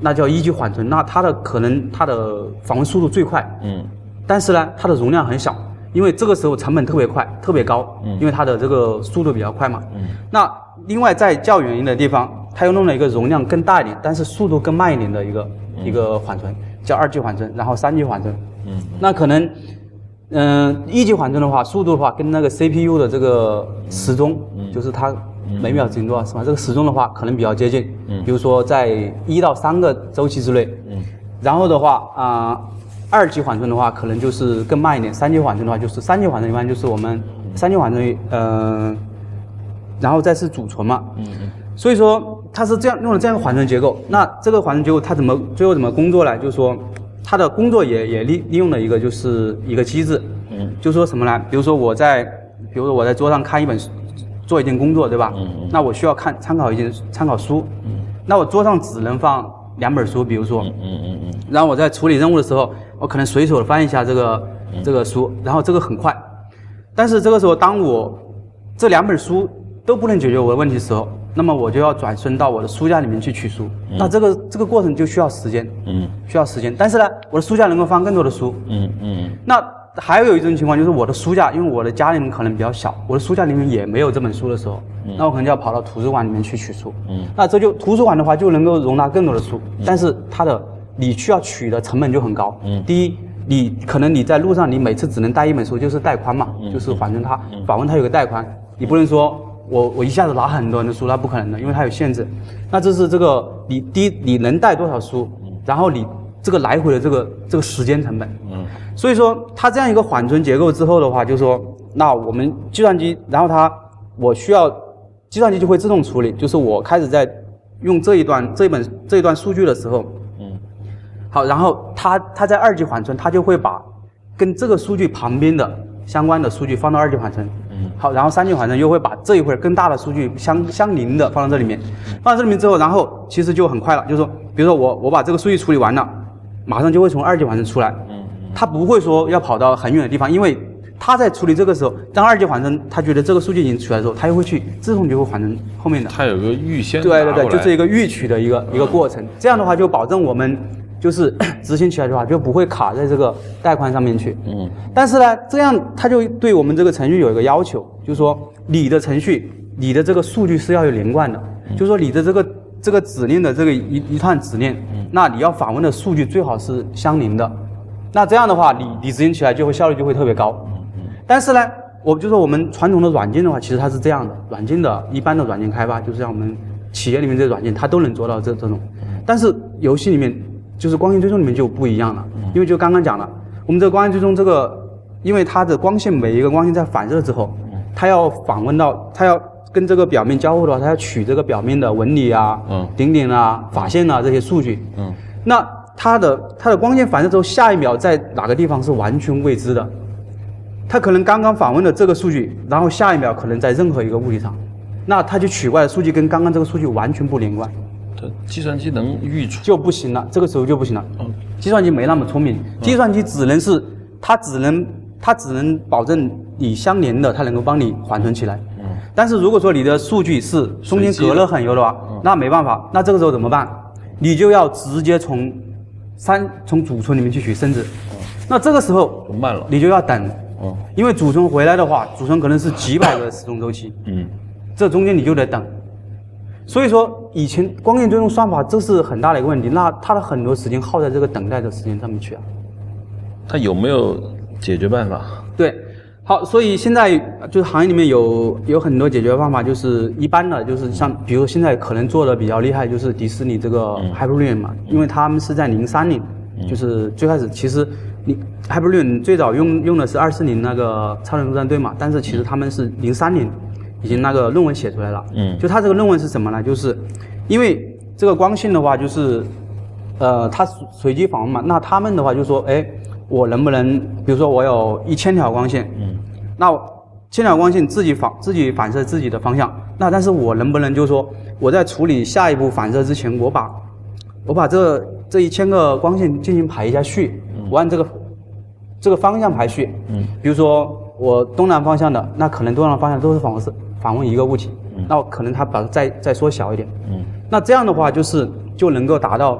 那叫一级缓存，那它的可能它的访问速度最快，嗯，但是呢，它的容量很小，因为这个时候成本特别快，特别高，嗯，因为它的这个速度比较快嘛，嗯，那另外在较远的地方，它又弄了一个容量更大一点，但是速度更慢一点的一个、嗯、一个缓存，叫二级缓存，然后三级缓存，嗯，那可能，嗯、呃，一级缓存的话，速度的话跟那个 C P U 的这个时钟，嗯、就是它。每秒执行多少是吧？这个时钟的话可能比较接近，嗯，比如说在一到三个周期之内，嗯，然后的话啊、呃，二级缓存的话可能就是更慢一点，三级缓存的话就是三级缓存一般就是我们三级缓存，呃，然后再是储存嘛，嗯嗯，所以说它是这样用了这样一个缓存结构，那这个缓存结构它怎么最后怎么工作呢？就是说它的工作也也利利用了一个就是一个机制，嗯，就是说什么呢？比如说我在比如说我在桌上看一本书。做一件工作，对吧？嗯嗯。那我需要看参考一件参考书，嗯。那我桌上只能放两本书，比如说，嗯嗯嗯。然后我在处理任务的时候，我可能随手的翻一下这个、嗯、这个书，然后这个很快。但是这个时候，当我这两本书都不能解决我的问题的时候，那么我就要转身到我的书架里面去取书。嗯、那这个这个过程就需要时间，嗯，需要时间。但是呢，我的书架能够放更多的书，嗯嗯。那还有一种情况就是我的书架，因为我的家里面可能比较小，我的书架里面也没有这本书的时候，嗯、那我可能就要跑到图书馆里面去取书。嗯，那这就图书馆的话就能够容纳更多的书，嗯、但是它的你需要取的成本就很高。嗯，第一，你可能你在路上你每次只能带一本书，就是带宽嘛，嗯、就是反正它访问它有个带宽，你不能说我我一下子拿很多人的书，那不可能的，因为它有限制。那这是这个你第一你能带多少书，然后你这个来回的这个这个时间成本。嗯。所以说，它这样一个缓存结构之后的话，就是说，那我们计算机，然后它，我需要计算机就会自动处理，就是我开始在用这一段这一本这一段数据的时候，嗯，好，然后它它在二级缓存，它就会把跟这个数据旁边的相关的数据放到二级缓存，嗯，好，然后三级缓存又会把这一会儿更大的数据相相邻的放到这里面，放到这里面之后，然后其实就很快了，就是说，比如说我我把这个数据处理完了，马上就会从二级缓存出来，嗯。他不会说要跑到很远的地方，因为他在处理这个时候，当二级缓存，他觉得这个数据已经出来的时候，他又会去自动就会缓存后面的。 它有个预先对对对，就是一个预取的一个、嗯、一个过程。这样的话就保证我们就是执行起来的话就不会卡在这个带宽上面去。嗯。但是呢，这样他就对我们这个程序有一个要求，就是说你的程序，你的这个数据是要有连贯的，嗯、就是说你的这个这个指令的这个一一串指令，嗯、那你要访问的数据最好是相邻的。那这样的话，你你执行起来就会效率就会特别高。但是呢，我就说我们传统的软件的话，其实它是这样的，软件的一般的软件开发，就是像我们企业里面这些软件，它都能做到这这种。但是游戏里面，就是光线追踪里面就不一样了，因为就刚刚讲了，我们这个光线追踪这个，因为它的光线每一个光线在反射之后，它要访问到，它要跟这个表面交互的话，它要取这个表面的纹理啊、嗯、顶点啊、法线啊这些数据。嗯，那它的它的光线反射之后，下一秒在哪个地方是完全未知的。它可能刚刚访问的这个数据，然后下一秒可能在任何一个物体上，那它就取过来的数据跟刚刚这个数据完全不连贯。 它计算机能预出就不行了，这个时候就不行了。嗯，计算机没那么聪明，计算机只能是它只能它只能保证你相连的，它能够帮你缓存起来。嗯，但是如果说你的数据是中间隔了很久的话，嗯、那没办法，那这个时候怎么办？你就要直接从三从储存里面去取生值，嗯、那这个时候就慢了， 你就要等，嗯、因为储存回来的话，储存可能是几百个时钟周期，嗯，这中间你就得等。所以说，以前光线追踪算法这是很大的一个问题，那它的很多时间耗在这个等待的时间上面去啊。 它有没有解决办法？ 对，好，所以现在就是行业里面有有很多解决方法，就是一般的，就是像比如现在可能做的比较厉害，就是迪士尼这个 Hyperion 嘛，嗯、因为他们是在零三年，嗯、就是最开始其实你 Hyperion 最早用用的是二四零那个超人陆战队嘛，但是其实他们是零三年已经那个论文写出来了。嗯，就他这个论文是什么呢？就是因为这个光线的话，就是呃它随机访问嘛，那他们的话就说，哎。我能不能，比如说我有一千条光线，嗯，那千条光线自己反自己反射自己的方向，那但是我能不能就是说我在处理下一步反射之前，我把我把这这一千个光线进行排一下序，嗯、我按这个这个方向排序，嗯，比如说我东南方向的，那可能东南方向都是访问是访问一个物体，嗯、那我可能它把它再再缩小一点，嗯，那这样的话就是就能够达到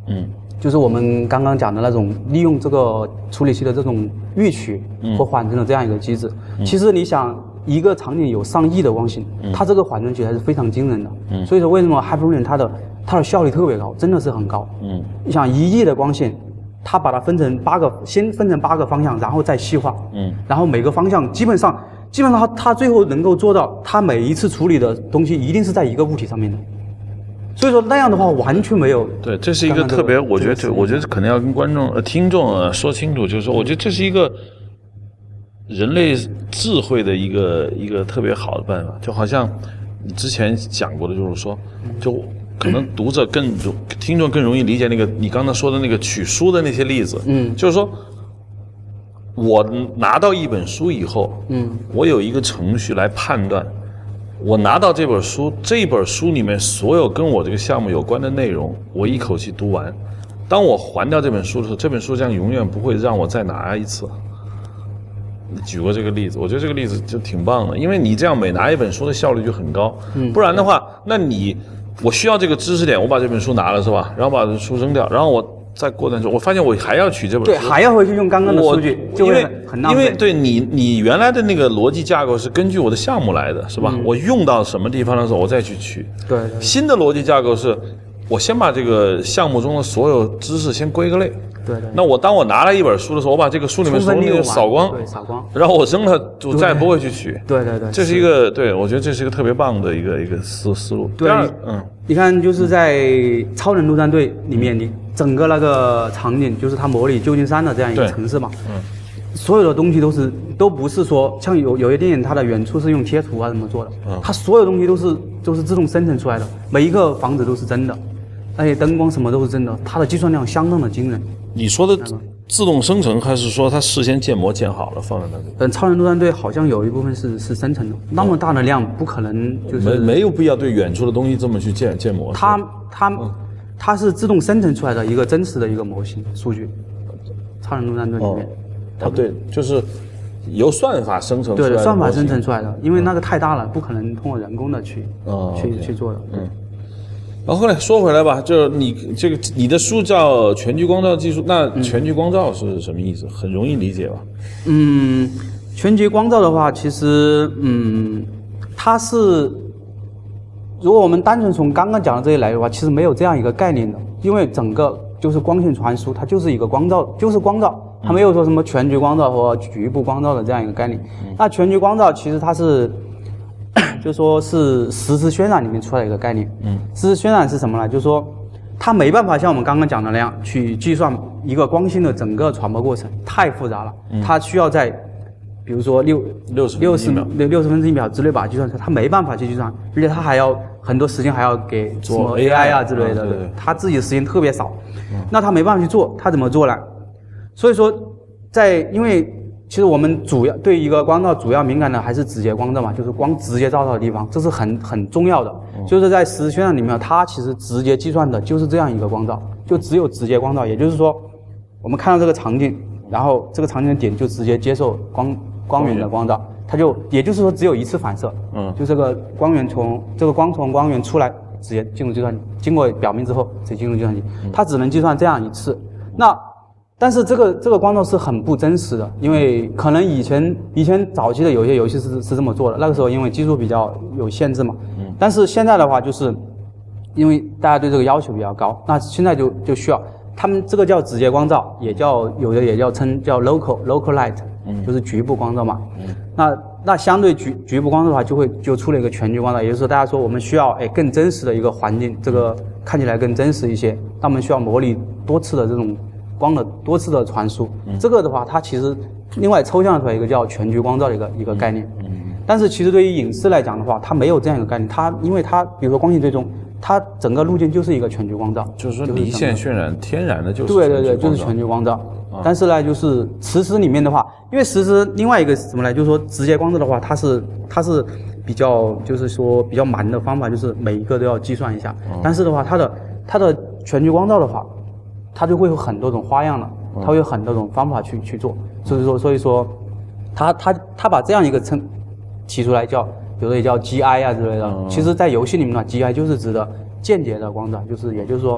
嗯，就是我们刚刚讲的那种利用这个处理器的这种预取和缓震的这样一个机制。嗯、其实你想，一个场景有上亿的光线，嗯、它这个缓震起来是非常惊人的。嗯，所以说为什么 Hyperion 它的它的效率特别高，真的是很高。嗯，你想一亿的光线，它把它分成八个，先分成八个方向，然后再细化。嗯，然后每个方向基本上。基本上它它最后能够做到，它每一次处理的东西一定是在一个物体上面的，所以说那样的话完全没有。 对，这是一个特别，我觉得我觉得可能要跟观众呃听众呃说清楚，就是说，我觉得这是一个人类智慧的一个一个特别好的办法，就好像你之前讲过的，就是说，就可能读者更容听众更容易理解那个你刚才说的那个取书的那些例子，嗯，就是说。我拿到一本书以后，嗯，我有一个程序来判断，我拿到这本书，这本书里面所有跟我这个项目有关的内容，我一口气读完。当我还掉这本书的时候，这本书将永远不会让我再拿一次。你举过这个例子，我觉得这个例子就挺棒的，因为你这样每拿一本书的效率就很高。嗯，不然的话，那你我需要这个知识点，我把这本书拿了是吧？然后把这书扔掉，然后我。在过程中，我发现我还要取这本书， 对，还要回去用刚刚的数据，就会很浪费。 因为对你，你原来的那个逻辑架构是根据我的项目来的，是吧？嗯、我用到什么地方的时候，我再去取。 对, 对。 新的逻辑架构是，我先把这个项目中的所有知识先归个类。 对对。 那我当我拿了一本书的时候，我把这个书里面所有内容扫光， 对，扫光， 然后我扔了，就再也不会去取。 对对对。 这是一个，对我觉得这是一个特别棒的一个一个思思路。 对，嗯，你看，就是在超人陆战队里面，你。整个那个场景就是它模拟旧金山的这样一个城市嘛，嗯，所有的东西都是都不是说像有有些电影它的原初是用贴图啊怎么做的，嗯，它所有东西都是都是自动生成出来的，每一个房子都是真的，那些灯光什么都是真的，它的计算量相当的惊人。 你说的自动生成还是说它事先建模建好了放在那里？ 嗯，超人陆战队好像有一部分是是生成的，那么大的量不可能就是没没有必要对远处的东西这么去建建模。 它它。嗯它是自动生成出来的一个真实的一个模型数据，超人陆战队里面， 哦，对，就是由算法生成出来的， 对，算法生成出来的，因为那个太大了，不可能通过人工的去，哦，去 okay, 去做的，嗯。 然后后来说回来吧，就是你这个你的书叫全局光照技术，那全局光照是什么意思？很容易理解吧？ 嗯，全局光照的话，其实嗯，它是。如果我们单纯从刚刚讲的这些来的话，其实没有这样一个概念的，因为整个就是光线传输，它就是一个光照，就是光照，它没有说什么全局光照和局部光照的这样一个概念。嗯、那全局光照其实它是，就说是实时渲染里面出来的一个概念。嗯，实时渲染是什么呢？就是说它没办法像我们刚刚讲的那样去计算一个光线的整个传播过程，太复杂了。嗯、它需要在比如说六六十六十六六十分之一秒之内把它计算出来，它没办法去计算，而且它还要很多时间还要给做 A I 啊之类的， 对对对， 它自己的时间特别少，嗯、那它没办法去做，它怎么做呢？所以说，在因为其实我们主要对一个光照主要敏感的还是直接光照嘛，就是光直接照到的地方，这是很很重要的。嗯、就是在实时渲染里面，它其实直接计算的就是这样一个光照，就只有直接光照，也就是说，我们看到这个场景，然后这个场景的点就直接接受光。光源的光照，它就也就是说只有一次反射，嗯，就这个光源从这个光从光源出来，直接进入计算机，经过表面之后再进入计算机，它只能计算这样一次。那但是这个这个光照是很不真实的，因为可能以前以前早期的有些游戏是是这么做的，那个时候因为技术比较有限制嘛，嗯，但是现在的话就是因为大家对这个要求比较高，那现在就就需要他们这个叫直接光照，也叫有的也叫称叫 local local light。嗯，就是局部光照嘛。嗯，那那相对局局部光照的话，就会就出了一个全局光照，也就是说，大家说我们需要哎更真实的一个环境，这个看起来更真实一些，那我们需要模拟多次的这种光的多次的传输。嗯，这个的话，它其实另外抽象出来一个叫全局光照的一个一个概念。嗯，但是其实对于影视来讲的话，它没有这样一个概念，它因为它比如说光线追踪，它整个路径就是一个全局光照， 就是说离线渲染天然的就是对对对，就是全局光照。但是呢，就是实时里面的话，因为实时另外一个什么呢？就是说直接光照的话，它是它是比较就是说比较蛮的方法，就是每一个都要计算一下。嗯、但是的话，它的它的全局光照的话，它就会有很多种花样了，它会有很多种方法去去做。所以说所以说，它它它把这样一个称提出来叫，有的也叫 G I 啊之类的。嗯、其实，在游戏里面呢 ，G I 就是指的间接的光照，就是也就是说。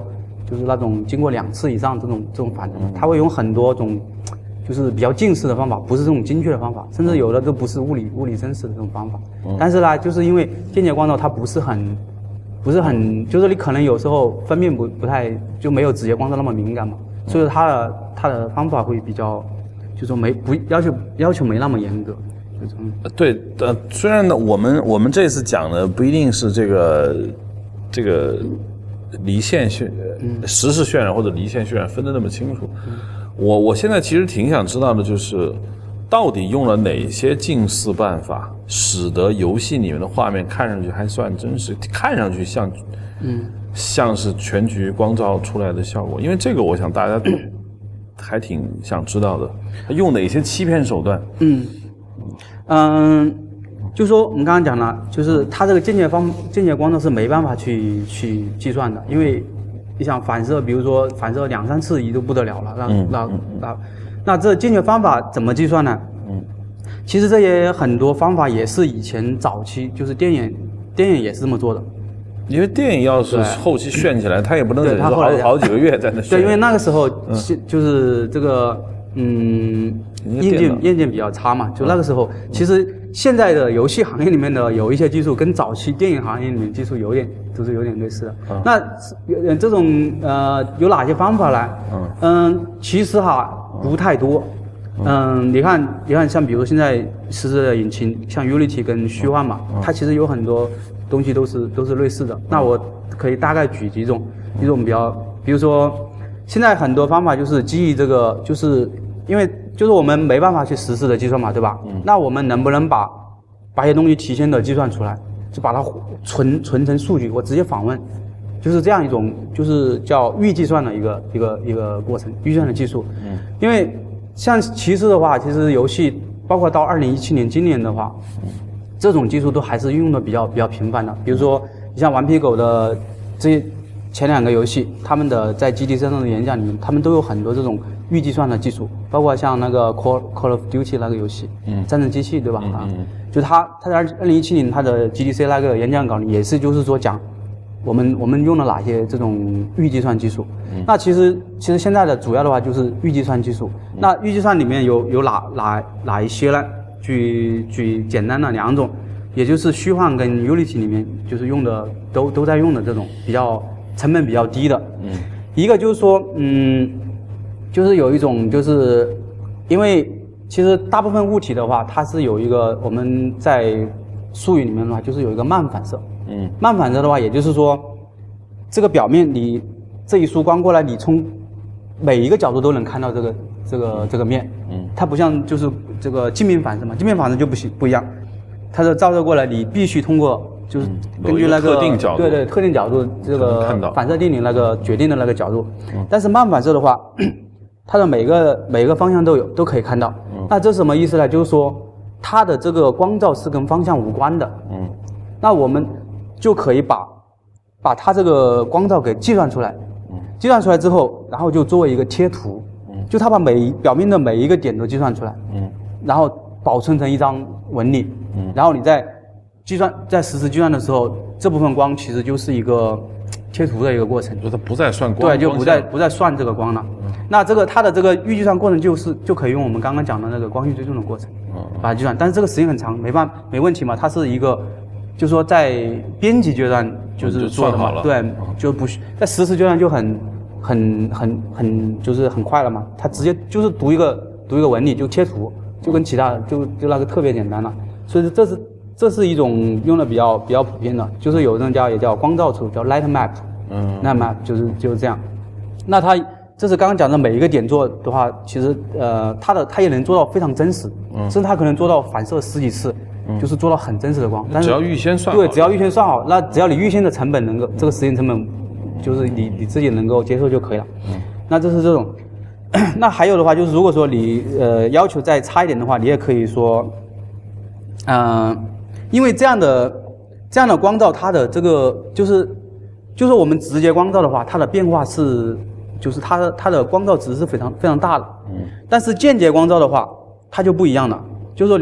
就是那种经过两次以上这种这种反射，它会用很多种就是比较近似的方法，不是这种精确的方法，甚至有的都不是物理物理真实的这种方法。但是呢，就是因为间接光照它不是很不是很，就是你可能有时候分辨不不太就没有直接光照那么敏感嘛，所以它的它的方法会比较，就说没不要求要求没那么严格。 对，呃，虽然呢，我们我们这次讲的不一定是这个这个离线渲实时渲染或者离线渲染分得那么清楚。我我现在其实挺想知道的就是，到底用了哪些近似办法，使得游戏里面的画面看上去还算真实，看上去像，嗯，像是全局光照出来的效果。因为这个，我想大家还挺想知道的，用哪些欺骗手段？ 嗯嗯，就说我们刚刚讲了，就是它这个间接方间接光照是没办法去去计算的，因为你想反射，比如说反射两三次也都不得了了，那、嗯、那、嗯、那那这间接方法怎么计算呢？嗯，其实这些很多方法也是以前早期就是电影电影也是这么做的。 因为电影要是后期炫起来，它也不能忍受好好几个月在那炫。 对，因为那个时候、嗯、就是这个嗯硬件硬件比较差嘛，就那个时候、嗯、其实现在的游戏行业里面的有一些技术跟早期电影行业里面技术有点都是有点类似的。嗯、那这种呃有哪些方法呢？嗯, 嗯其实哈不太多。嗯，你看，你看，像比如现在实时的引擎，像 Unity 跟虚幻嘛，嗯、它其实有很多东西都是都是类似的。嗯、那我可以大概举几种，一种比较，比如说，现在很多方法就是基于这个，就是因为就是我们没办法去实时的计算嘛，对吧？嗯、那我们能不能把把一些东西提前的计算出来，就把它存存成数据，我直接访问，就是这样一种，就是叫预计算的一个一个一个过程，预算的技术。嗯，因为。像其实的话，其实游戏包括到二零一七年今年的话，这种技术都还是运用的比较比较频繁的。比如说，你像顽皮狗的这些前两个游戏，他们的在 G D C 上的演讲里面，他们都有很多这种预计算的技术，包括像那个 Call Call of Duty 那个游戏，嗯，战争机器对吧？啊、嗯嗯，就他他在二零一七年他的 G D C 那个演讲稿里也是就是说讲。我们我们用了哪些这种预计算技术？嗯、那其实其实现在的主要的话就是预计算技术。嗯、那预计算里面有有哪哪哪一些呢？举举简单的两种，也就是虚幻跟 Unity 里面就是用的都都在用的这种比较成本比较低的。嗯，一个就是说，嗯，就是有一种就是因为其实大部分物体的话，它是有一个我们在术语里面的话就是有一个慢反射。嗯，慢反射的话，也就是说，这个表面你这一束光过来，你从每一个角度都能看到这个这个、嗯、这个面。嗯，它不像就是这个镜面反射嘛，镜面反射就不行不一样，它是照射过来，你必须通过就是根据那个、 嗯、特定角度， 对对特定角度这个反射定理那个决定的那个角度。嗯，但是慢反射的话，它的每个每个方向都有都可以看到。嗯，那这是什么意思呢？就是说它的这个光照是跟方向无关的。嗯，那我们就可以把把它这个光照给计算出来，嗯、计算出来之后，然后就作为一个贴图，嗯、就它把每表面的每一个点都计算出来，嗯、然后保存成一张纹理，嗯、然后你在计算在实时计算的时候，这部分光其实就是一个贴图的一个过程， 就它不再算光， 对，就不再不再算这个光了。嗯、那这个它的这个预计算过程就是就可以用我们刚刚讲的那个光域追踪的过程，嗯、把它计算，但是这个时间很长，没办没问题嘛，它是一个。就是说，在编辑阶段就是做的嘛， 嗯、 对，就不需在实时阶段就很、很、很、很，就是很快了嘛。它直接就是读一个读一个纹理就贴图，就跟其他就就那个特别简单了。所以这是这是一种用的比较比较普遍的，就是有这种叫也叫光照图，叫 light map， 嗯 ，light map 就是就是这样。那它这是刚刚讲的每一个点做的话，其实呃，它的它也能做到非常真实，嗯，甚至它可能做到反射十几次。就是做到很真实的光，但是只要预先算好， 对，只要预先算好，那只要你预先的成本能够，这个时间成本，就是你你自己能够接受就可以了。嗯，那这是这种。那还有的话，就是如果说你呃要求再差一点的话，你也可以说，嗯、呃，因为这样的这样的光照，它的这个就是就是我们直接光照的话，它的变化是就是它的它的光照值是非常非常大的。嗯，但是间接光照的话，它就不一样了，就是说你。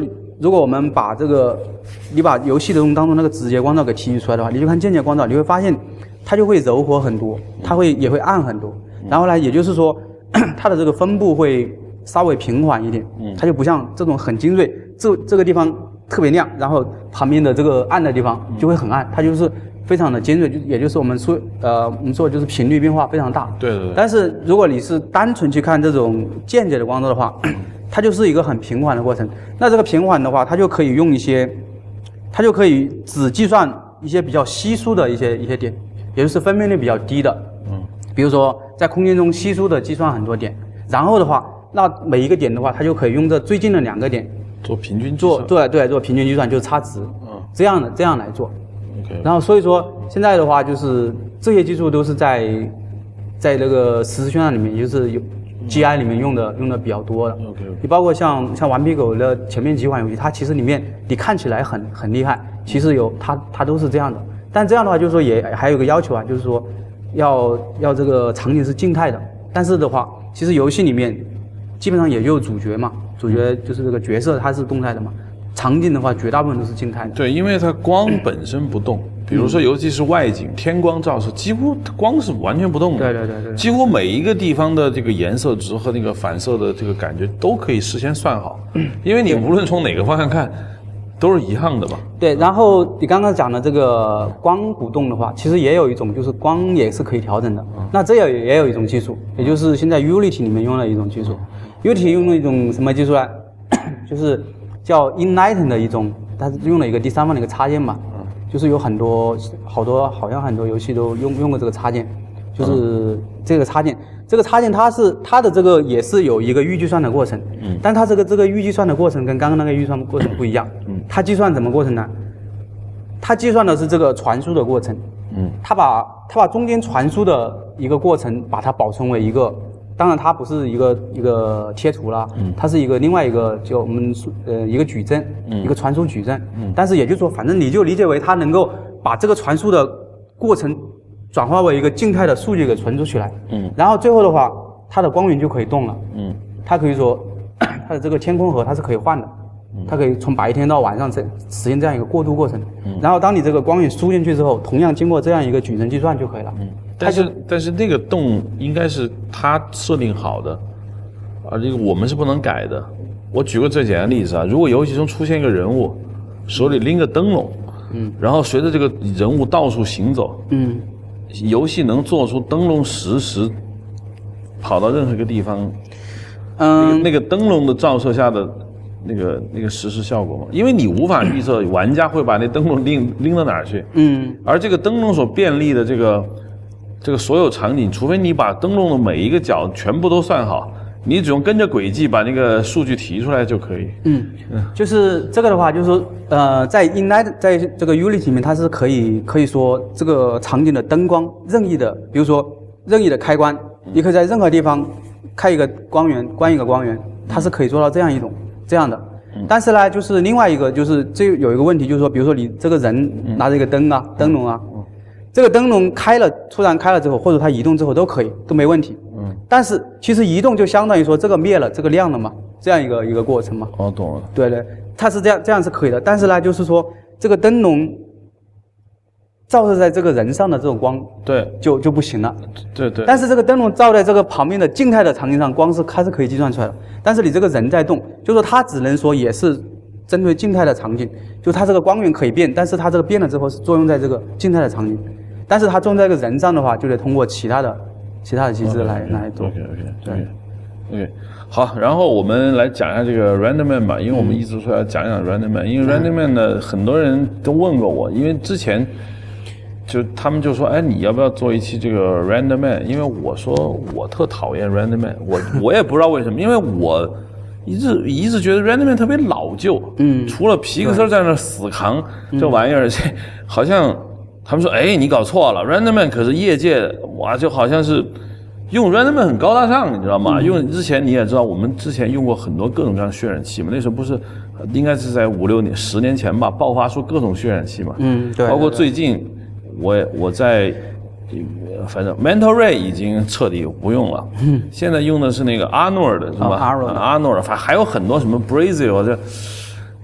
如果我们把这个，你把游戏的当中那个直接光照给提取出来的话，你就看间接光照，你会发现它就会柔和很多，它会也会暗很多。然后呢，也就是说，它的这个分布会稍微平缓一点，它就不像这种很精锐，这这个地方特别亮，然后旁边的这个暗的地方就会很暗，它就是非常的尖锐，就也就是我们说呃我们说就是频率变化非常大。 对对对。 但是如果你是单纯去看这种间接的光照的话，它就是一个很平缓的过程。那这个平缓的话，它就可以用一些，它就可以只计算一些比较稀疏的一些一些点，也就是分辨率比较低的。嗯。比如说在空间中稀疏的计算很多点，然后的话，那每一个点的话，它就可以用这最近的两个点做平均计做算。 对对做平均计算，就是差值。嗯。这样的这样来做。 OK。 然后所以说现在的话，就是这些技术都是在在那个实时渲染里面，就是有。G I 里面用的用的比较多的， okay, okay. 你包括像像顽皮狗的前面几款游戏，它其实里面你看起来很很厉害，其实有它它都是这样的。但这样的话，就是说也还有一个要求啊，就是说要要这个场景是静态的。但是的话，其实游戏里面基本上也就主角嘛，主角就是这个角色它是动态的嘛，场景的话绝大部分都是静态的。 对，因为它光本身不动。比如说，尤其是外景、天光照射，几乎光是完全不动的。 对对对对。 几乎每一个地方的这个颜色值和那个反射的这个感觉都可以事先算好，因为你无论从哪个方向看，都是一样的嘛。 对，然后你刚刚讲的这个光不动的话，其实也有一种就是光也是可以调整的。嗯、那这也也有一种技术，也就是现在 Unity 里面用的一种技术。嗯、Unity 用了一种什么技术呢？就是叫 Enlighten 的一种，它是用了一个第三方的一个插件嘛。就是有很多好多好像很多游戏都用用过这个插件，就是这个插件，这个插件它是它的这个也是有一个预计算的过程，嗯，但它这个这个预计算的过程跟刚刚那个预算过程不一样，嗯，它计算怎么过程呢？它计算的是这个传输的过程，嗯，它把它把中间传输的一个过程把它保存为一个。当然，它不是一个一个贴图啦，嗯，它是一个另外一个就我们呃一个矩阵，嗯，一个传输矩阵，嗯，但是也就是说，反正你就理解为它能够把这个传输的过程转化为一个静态的数据给存储起来，嗯，然后最后的话，它的光源就可以动了，嗯，它可以说它的这个天空盒它是可以换的，嗯，它可以从白天到晚上这实现这样一个过渡过程，嗯，然后当你这个光源输进去之后，同样经过这样一个矩阵计算就可以了，嗯。 但是但是那个洞应该是他设定好的，啊，这个我们是不能改的。我举个最简单的例子啊，如果游戏中出现一个人物，手里拎个灯笼，嗯，然后随着这个人物到处行走，嗯，游戏能做出灯笼实时跑到任何一个地方，嗯，那个那个灯笼的照射下的那个那个实时效果吗？因为你无法预测玩家会把那灯笼拎拎到哪儿去，嗯，而这个灯笼所便利的这个。这个所有场景，除非你把灯笼的每一个角全部都算好，你只用跟着轨迹把那个数据提出来就可以。嗯， 就是这个的话，就是说，呃，在 Enlighten 在这个 Unity 里面，它是可以可以说这个场景的灯光任意的，比如说任意的开关，你可以在任何地方开一个光源，关一个光源，它是可以做到这样一种这样的。但是呢，就是另外一个就是这有一个问题，就是说，比如说你这个人拿着一个灯啊，灯笼啊。这个灯笼开了，突然开了之后，或者它移动之后都可以，都没问题。嗯。但是其实移动就相当于说这个灭了，这个亮了嘛，这样一个一个过程嘛。 哦，懂了。 对对，它是这样，这样是可以的。但是呢，就是说这个灯笼照射在这个人上的这种光， 对， 就就不行了。 对对。 但是这个灯笼照在这个旁边的静态的场景上，光是它是可以计算出来的。但是你这个人在动，就是说它只能说也是针对静态的场景，就它这个光源可以变，但是它这个变了之后是作用在这个静态的场景。但是它种在这个人上的话，就得通过其他的、其他的机制来 okay, 来做。 OK OK 对 OK 好，然后我们来讲一下这个 Random Man 吧，因为我们一直说要讲讲 Random Man，、嗯、因为 Random Man 呢，很多人都问过我，因为之前就他们就说，哎，你要不要做一期这个 Random Man？ 因为我说我特讨厌 Random Man， 我我也不知道为什么，因为我一直一直觉得 Random Man 特别老旧，嗯，除了皮克斯在那死扛这玩意儿，这、嗯、好像。他们说：“哎，你搞错了 ，Random Man 可是业界哇，就好像是用 Random Man 很高大上，你知道吗？嗯、用之前你也知道，我们之前用过很多各种各样的渲染器嘛。那时候不是应该是在五六年、十年前吧，爆发出各种渲染器嘛。嗯，对。包括最近，我我在反正 Mental Ray 已经彻底不用了，嗯，现在用的是那个 Arnold 是吧？ Arnold， Arnold， 反正还有很多什么 Brazil 这。”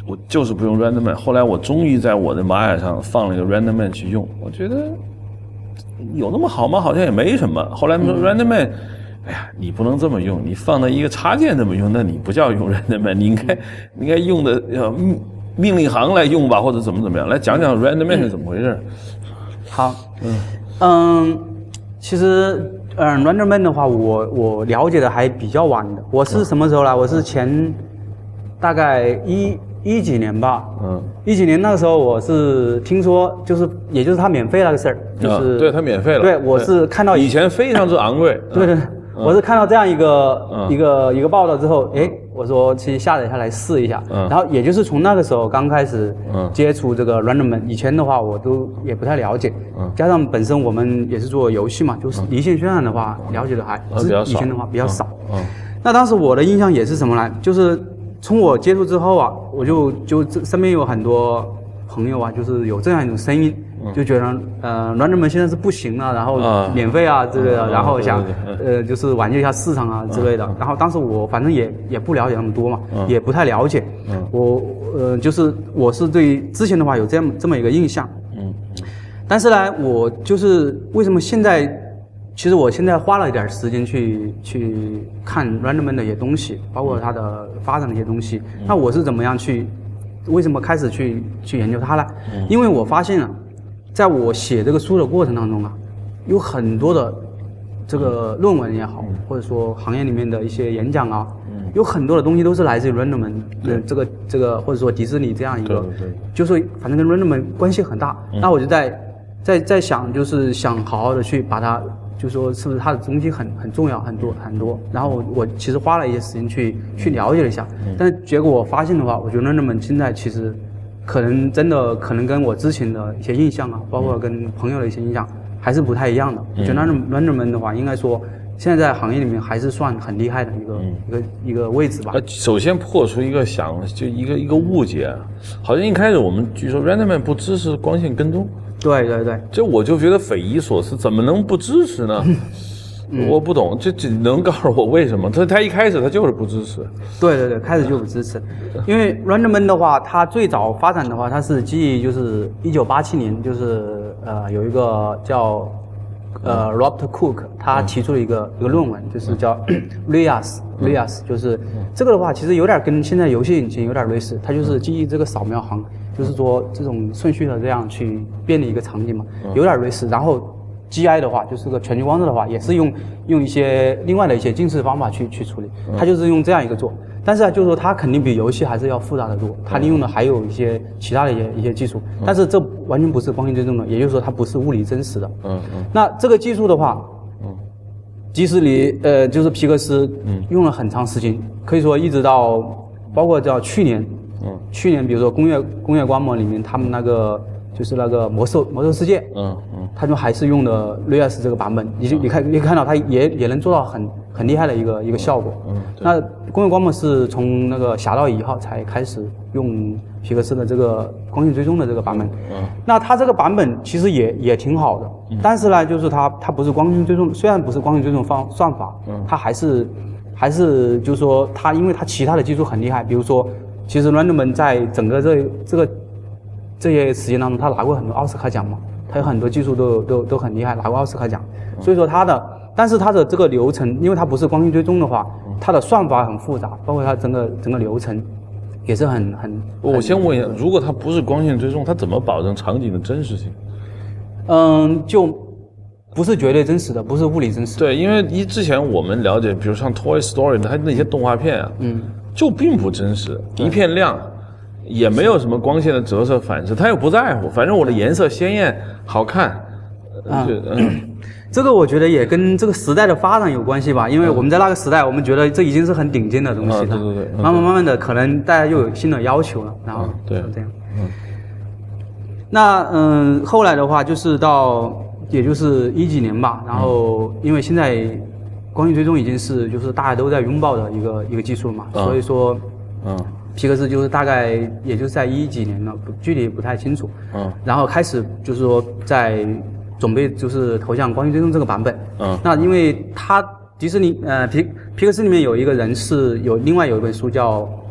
我就是不用 RenderMan。后来我终于在我的玛雅上放了一个 RenderMan 去用，我觉得有那么好吗？好像也没什么。后来说 RenderMan，、嗯、哎呀，你不能这么用，你放到一个插件这么用，那你不叫用 RenderMan， 你应该、嗯、你应该用的呃命令行来用吧，或者怎么怎么样，来讲讲 RenderMan 是怎么回事。嗯、 好，嗯嗯，其实嗯 RenderMan 的话，我我了解的还比较晚的。我是什么时候来？我是前大概一一几年吧。嗯，一几年那个时候，我是听说，就是也就是它免费那个事儿，就是、 嗯、对它免费了。 对，我是看到以前非常之昂贵。 对对。嗯我是看到这样一个、嗯、一个一个报道之后，哎，我说去下载下来试一下，嗯、然后也就是从那个时候刚开始接触这个 RenderMan，、嗯、以前的话我都也不太了解，嗯、加上本身我们也是做游戏嘛，就是离线渲染的话、嗯、了解的还、嗯、是以前的话比较少。嗯嗯、那当时我的印象也是什么呢？就是从我接触之后啊，我就就身边有很多朋友啊，就是有这样一种声音。就觉得呃 RenderMan 现在是不行了，然后免费啊之类的，然后想呃就是挽救一下市场啊之类的。然后当时我反正也也不了解那么多嘛，也不太了解。我呃就是我是对之前的话有这样这么一个印象。嗯。但是呢，我就是为什么现在，其实我现在花了一点时间去去看 RenderMan 的一些东西，包括它的发展的一些东西。那我是怎么样去？为什么开始去去研究它呢？因为我发现了。在我写这个书的过程当中啊，有很多的这个论文也好，或者说行业里面的一些演讲啊，有很多的东西都是来自于 RenderMan 的这个这个，或者说迪士尼这样一个，就是反正跟 RenderMan 关系很大。那我就在在在想，就是想好好的去把它，就说是不是它的东西很很重要，很多很多。然后我我其实花了一些时间去去了解了一下，但是结果我发现的话，我觉得 RenderMan 现在其实。可能真的可能跟我之前的一些印象啊，包括跟朋友的一些印象还是不太一样的。我觉得 RenderMan 的话，应该说现在在行业里面还是算很厉害的一个、嗯、一个一个位置吧。 呃，首先破除一个想就一个一个误解，好像一开始我们据说 RenderMan 不支持光线跟踪。 对对对， 这我就觉得匪夷所思，怎么能不支持呢？嗯、我不懂，这只能告诉我为什么？他他一开始他就是不支持。 对对对，开始就不支持，因为 RenderMan 的话，它最早发展的话，它是基于就是一九八七年，就是呃有一个叫呃 Robert Cook， 他提出了一个、嗯、一个论文，就是叫 R I A S R I A S， 就是、嗯、这个的话，其实有点跟现在游戏引擎有点类似，它就是基于这个扫描行，就是说这种顺序的这样去变的一个场景嘛，有点类似，然后。G I 的话就是个全局光子的话，也是用用一些另外的一些近似方法去去处理，它就是用这样一个做，但是啊，就是说它肯定比游戏还是要复杂的多，它利用的还有一些其他的一些一些技术，但是这完全不是光线追踪的，也就是说它不是物理真实的。嗯嗯。那这个技术的话，嗯，迪士尼呃就是皮克斯，嗯，用了很长时间，可以说一直到包括叫去年，嗯，去年比如说工业工业光魔里面他们那个。就是那个魔兽魔兽世界，嗯嗯，他就还是用的 R I A S 这个版本，你就你看你看到它也也能做到很很厉害的一个一个效果。嗯，那工业光魔是从那个侠盗一号才开始用皮克斯的这个光线追踪的这个版本。嗯，那它这个版本其实也也挺好的，嗯、但是呢，就是它它不是光线追踪，虽然不是光线追踪方算法，嗯，它还是还是就是说它因为它其他的技术很厉害，比如说其实 RenderMan 在整个这这个。这些时间当中，他拿过很多奥斯卡奖嘛，他有很多技术都都都很厉害，拿过奥斯卡奖。所以说他的，但是他的这个流程，因为它不是光线追踪的话，它的算法很复杂，包括它整个整个流程也是很很。 我先问一下，如果它不是光线追踪，它怎么保证场景的真实性？ 嗯，就不是绝对真实的，不是物理真实的。 对，因为一之前我们了解，比如像 Toy Story 它那些动画片啊，嗯，就并不真实，一片亮。也没有什么光线的折射反射，他又不在乎，反正我的颜色鲜艳好看。 啊、嗯，这个我觉得也跟这个时代的发展有关系吧，因为我们在那个时代，我们觉得这已经是很顶尖的东西了。 啊、对对对。 慢慢慢慢的，可能大家又有新的要求了，然后对这样。嗯。那嗯，后来的话就是到也就是一几年吧，然后因为现在光线追踪已经是就是大家都在拥抱的一个一个技术嘛，嗯、所以说嗯。皮克斯就是大概也就是在一几年了，具体不太清楚。嗯，然后开始就是说在准备就是投向光线追踪这个版本。嗯，那因为他迪士尼呃皮皮克斯里面有一个人是有另外有一本书叫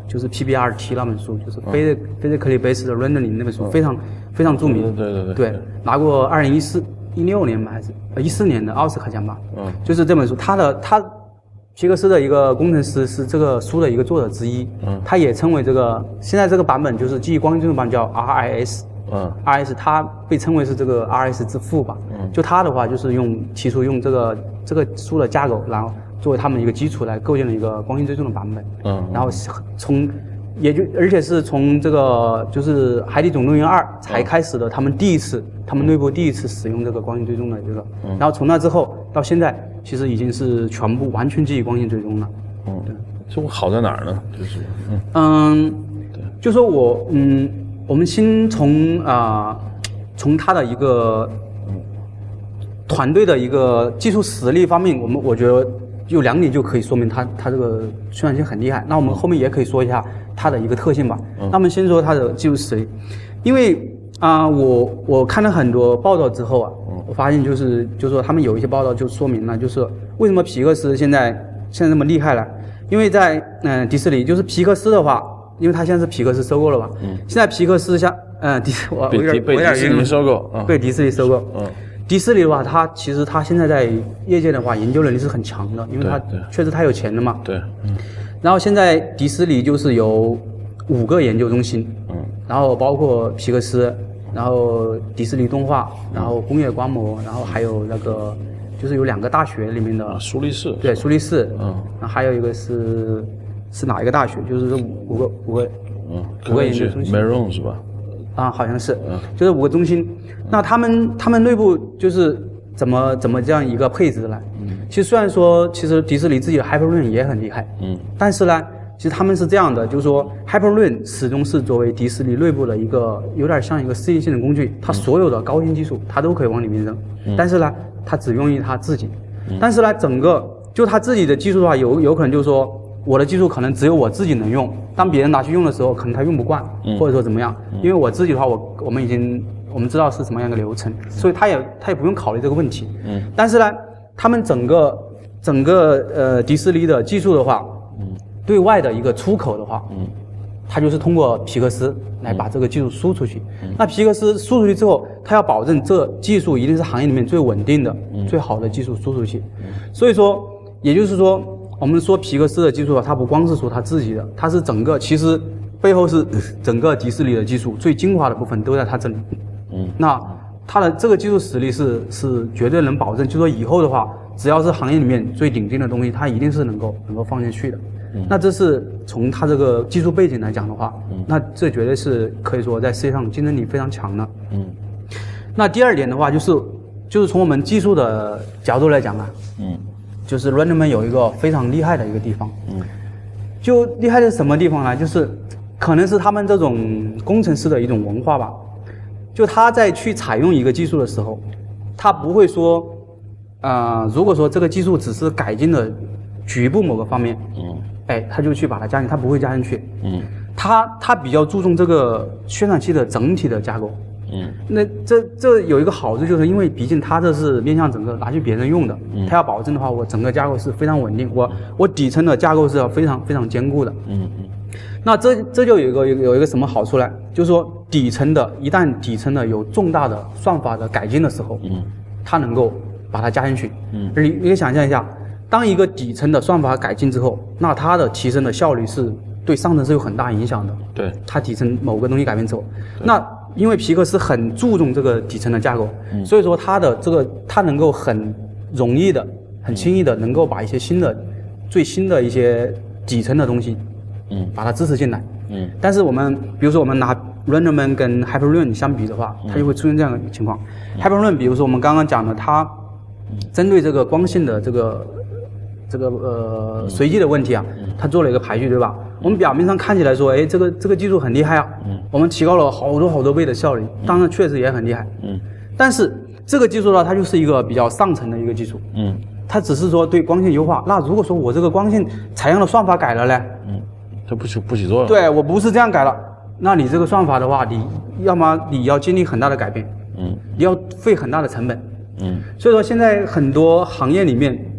就是 P B R T 那本书，就是 Physically Based Rendering 那本书，非常非常著名。 对对对。 对，拿过二零一四一六年吧还是呃一四年的奥斯卡奖吧。嗯。就是这本书，他的他皮克斯的一个工程师是这个书的一个作者之一。嗯。他也称为这个现在这个版本就是记忆光线追踪版叫 R I S。嗯 ，R S 它被称为是这个 R S 之父吧。嗯，就它的话就是用提出用这个这个书的架构，然后作为他们一个基础来构建了一个光线追踪的版本。嗯，然后从也就而且是从这个就是《海底总动员二》才开始的他们第一次，嗯、他们内部第一次使用这个光线追踪的这个。嗯，然后从那之后到现在，其实已经是全部完全基于光线追踪了。 嗯，对，这好在哪儿呢？就是嗯嗯，对，就说我嗯。我们先从啊、呃，从他的一个团队的一个技术实力方面，我们我觉得有两点就可以说明他他这个渲染性很厉害。那我们后面也可以说一下它的一个特性吧。嗯、那我们先说它的技术实力，因为啊、呃，我我看了很多报道之后啊，我发现就是就是说他们有一些报道就说明了，就是为什么皮克斯现在现在这么厉害了？因为在嗯、呃、迪士尼，就是皮克斯的话。因为他现在是皮克斯收购了吧？嗯。现在皮克斯像，嗯，迪士我我有点被迪士尼收购，嗯、 被迪士尼收购。嗯。迪士尼的话，它其实它现在在业界的话，研究能力是很强的，因为它确实太有钱了嘛。 对。嗯。 然后现在迪士尼就是有五个研究中心，嗯。然后包括皮克斯，然后迪士尼动画，然后工业光魔，然后还有那个就是有两个大学里面的。 啊，苏黎世。 对，苏黎世。嗯。然后还有一个是。是哪一个大学？就是五个五个， 嗯， 五个研究中心 ，Maroon 是吧？ 啊，好像是，嗯，就是五个中心。那他们他们内部就是怎么怎么这样一个配置来？嗯，其实虽然说，其实迪士尼自己的 Hyperlink 也很厉害，嗯，但是呢，其实他们是这样的，就是说 Hyperlink 始终是作为迪士尼内部的一个有点像一个适应性的工具，它所有的高新技术它都可以往里面扔，嗯、但是呢，它只用于它自己。嗯、但是呢，整个就它自己的技术的话，有有可能就是说。我的技术可能只有我自己能用，当别人拿去用的时候，可能他用不惯，嗯、或者说怎么样？嗯、因为我自己的话，我我们已经我们知道是什么样的流程，嗯、所以他也他也不用考虑这个问题。嗯。但是呢，他们整个整个呃迪士尼的技术的话，嗯，对外的一个出口的话，嗯，它就是通过皮克斯来把这个技术输出去。嗯。那皮克斯输出去之后，他要保证这技术一定是行业里面最稳定的、嗯、最好的技术输出去。嗯。所以说，也就是说。我们说皮克斯的技术啊，它不光是说它自己的，它是整个，其实背后是整个迪士尼的技术最精华的部分都在它这里。嗯，那它的这个技术实力是是绝对能保证，就说以后的话，只要是行业里面最顶尖的东西，它一定是能够能够放进去的。嗯，那这是从它这个技术背景来讲的话，嗯，那这绝对是可以说在世界上竞争力非常强的。嗯，那第二点的话，就是就是从我们技术的角度来讲啊，嗯。就是 Renderman 有一个非常厉害的一个地方，嗯，就厉害的什么地方呢？就是可能是他们这种工程师的一种文化吧。就他在去采用一个技术的时候，他不会说，呃，如果说这个技术只是改进了局部某个方面，嗯，哎，他就去把它加进，他不会加进去，嗯，他他比较注重这个渲染器的整体的架构。嗯，那这这有一个好处，就是因为毕竟它这是面向整个拿去别人用的，嗯，它要保证的话，我整个架构是非常稳定，我我底层的架构是要非常非常坚固的，嗯嗯。那这这就有一个有有一个什么好处呢？就是说底层的一旦底层的有重大的算法的改进的时候，嗯，它能够把它加进去，嗯。而你你可以想象一下，当一个底层的算法改进之后，那它的提升的效率是对上层是有很大影响的， 对， 它底层某个东西改变之后，那。因为皮克斯很注重这个底层的架构，嗯、所以说它的这个它能够很容易的、很轻易的能够把一些新的、最新的一些底层的东西，嗯，把它支持进来，嗯。但是我们比如说我们拿 Renderman 跟 Hyperlink 相比的话，它就会出现这样的情况。嗯、Hyperlink 比如说我们刚刚讲的，它针对这个光线的这个这个呃随机的问题啊，它做了一个排序，对吧？我们表面上看起来说，哎，这个这个技术很厉害啊，嗯，我们提高了好多好多倍的效率，当然确实也很厉害，嗯，但是这个技术呢，它就是一个比较上层的一个技术，嗯，它只是说对光线优化。那如果说我这个光线采样的算法改了呢， 嗯，这不起不起作用。 对，我不是这样改了，那你这个算法的话，你要么你要经历很大的改变，嗯，你要费很大的成本，嗯，所以说现在很多行业里面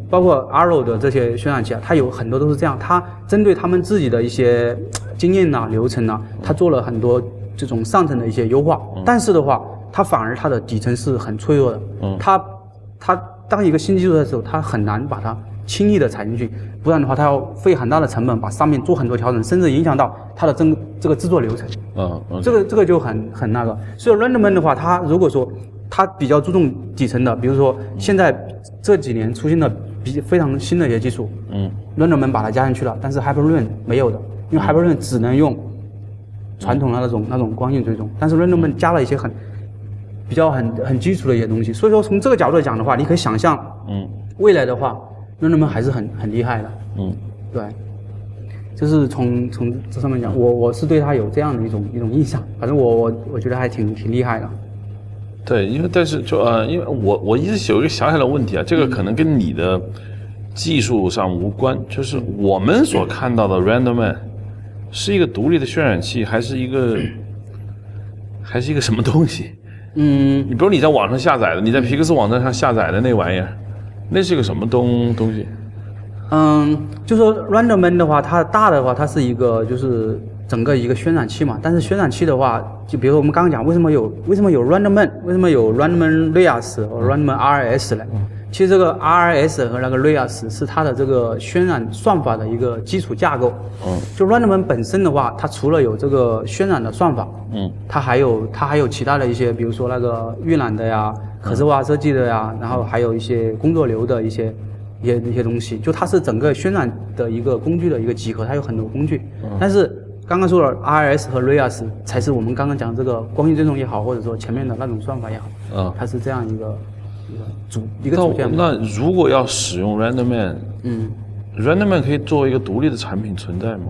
包括 Arrow 的这些渲染器啊，它有很多都是这样，它针对他们自己的一些经验呐、流程呐，它做了很多这种上层的一些优化。嗯、但是的话，它反而它的底层是很脆弱的。嗯，它它当一个新技术的时候，它很难把它轻易的踩进去，不然的话，它要费很大的成本把上面做很多调整，甚至影响到它的整这个制作流程。嗯，嗯这个这个就很很那个。所以 Random 的话，它如果说它比较注重底层的，比如说现在这几年出现的比非常新的一些技术，嗯 ，Random 把它加进去了，但是 Hyperion 没有的，因为 Hyperion 只能用传统的那种、嗯、那种光线追踪，但是 Random 加了一些很比较很很基础的一些东西，所以说从这个角度来讲的话，你可以想象，嗯，未来的话 Random 还是很很厉害的，嗯，对。就是从从这上面讲，我我是对它有这样的一种一种印象，反正我我我觉得还挺挺厉害的。 对，因为但是就呃，因为我我一直有一个小小的问题啊，这个可能跟你的技术上无关，就是我们所看到的 RenderMan 是一个独立的渲染器，还是一个还是一个什么东西？嗯，你比如你在网上下载的，你在皮克斯网站上下载的那玩意儿，那是一个什么东东西？ 嗯，就说 RenderMan 的话，它大的话，它是一个就是整个一个渲染器嘛。但是渲染器的话，就比如说我们刚刚讲，为什么有为什么有 RenderMan， 为什么有 RenderMan Reyes 和 RenderMan R S 呢？其实这个 R S 和那个 Reyes 是它的这个渲染算法的一个基础架构。嗯，就 RenderMan 本身的话，它除了有这个渲染的算法，嗯，它还有它还有其他的一些，比如说那个预览的呀、可视化设计的呀，然后还有一些工作流的一些。一些一些东西，就它是整个渲染的一个工具的一个集合，它有很多工具。嗯、但是刚刚说了 R S 和 Reyes 才是我们刚刚讲这个光线追踪也好，或者说前面的那种算法也好，嗯，它是这样一个一个主一个主线。 那如果要使用 RenderMan， 嗯 ，RenderMan 可以作为一个独立的产品存在吗？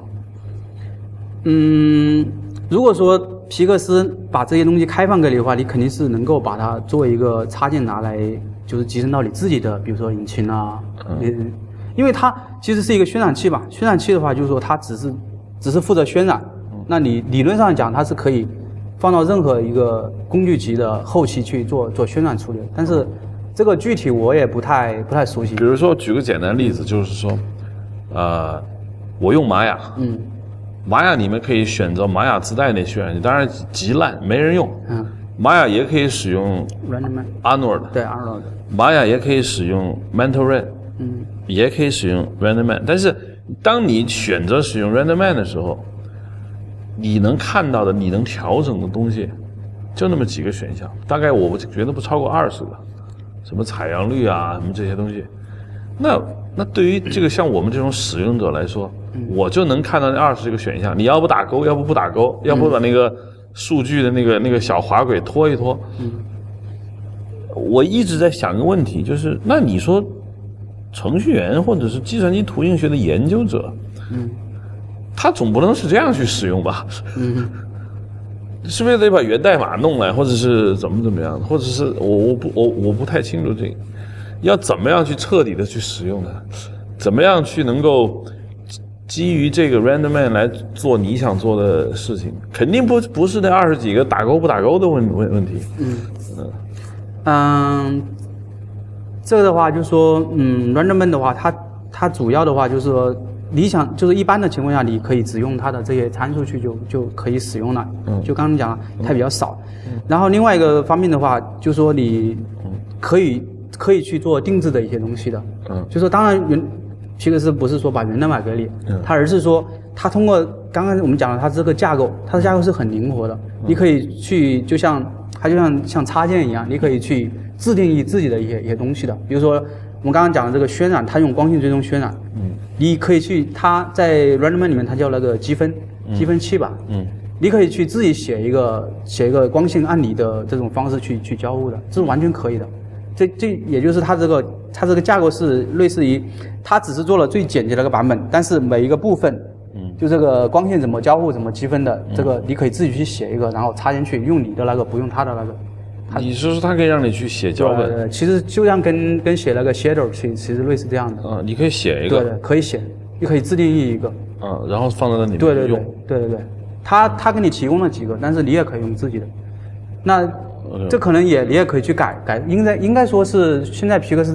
嗯，如果说皮克斯把这些东西开放给你的话，你肯定是能够把它作为一个插件拿来。就是集成到你自己的，比如说引擎啊，嗯，因为它其实是一个渲染器吧。渲染器的话，就是说它只是只是负责渲染，嗯、那你理论上讲它是可以放到任何一个工具级的后期去做做渲染处理。但是这个具体我也不太不太熟悉。 比如说举个简单例子，就是说，呃，我用玛雅，嗯，玛雅你们可以选择玛雅自带那渲染器，当然极烂没人用，嗯。玛雅也可以使用 Arnold， 对 Arnold， 玛雅也可以使用 Mental-Ray， 嗯，也可以使用 RenderMan。但是当你选择使用 RenderMan 的时候，你能看到的、你能调整的东西，就那么几个选项，大概我觉得不超过二十个，什么采样率啊，什么这些东西。那那对于这个像我们这种使用者来说，嗯、我就能看到那二十个选项，你要不打勾，要不不打勾，要不把那个。数据的那个那个小滑轨拖一拖，嗯，我一直在想个问题，就是那你说程序员或者是计算机图形学的研究者，嗯，他总不能是这样去使用吧？嗯，是不是得把源代码弄来，或者是怎么怎么样，或者是我我不我我不太清楚这个，要怎么样去彻底的去使用它，怎么样去能够。基于这个 RenderMan 来做你想做的事情，肯定不不是那二十几个打勾不打勾的问问问题。嗯嗯嗯，这个的话就是说，嗯 ，RenderMan 的话，它它主要的话就是说，理想就是一般的情况下，你可以只用它的这些参数去就就可以使用了。嗯，就刚刚讲了，它比较少。嗯，然后另外一个方面的话，就是说你可以可以去做定制的一些东西的。嗯，就是说当然原。皮克斯不是说把源代码给你，它而是说它通过刚刚我们讲了它这个架构，它的架构是很灵活的，你可以去就像它就像像插件一样，你可以去自定义自己的一些一些东西的。比如说我们刚刚讲的这个渲染，它用光线追踪渲染，嗯，你可以去它在 RenderMan 里面它叫那个积分积分器吧，嗯，你可以去自己写一个写一个光线按你的这种方式去去交互的，这是完全可以的。这这也就是它这个它这个架构是类似于，它只是做了最简洁的一个版本，但是每一个部分，嗯，就这个光线怎么交互怎么积分的，嗯、这个你可以自己去写一个，然后插进去，用你的那个，不用它的那个。 你是说它可以让你去写脚本？ 对，其实就像跟跟写那个 shader 其其实类似这样的。 啊，你可以写一个。 对对，可以写，你可以自定义一个。 啊，然后放在那里面对对对对对对，他他给你提供了几个，但是你也可以用自己的。那这可能也你也可以去改改，应该应该说是现在皮克斯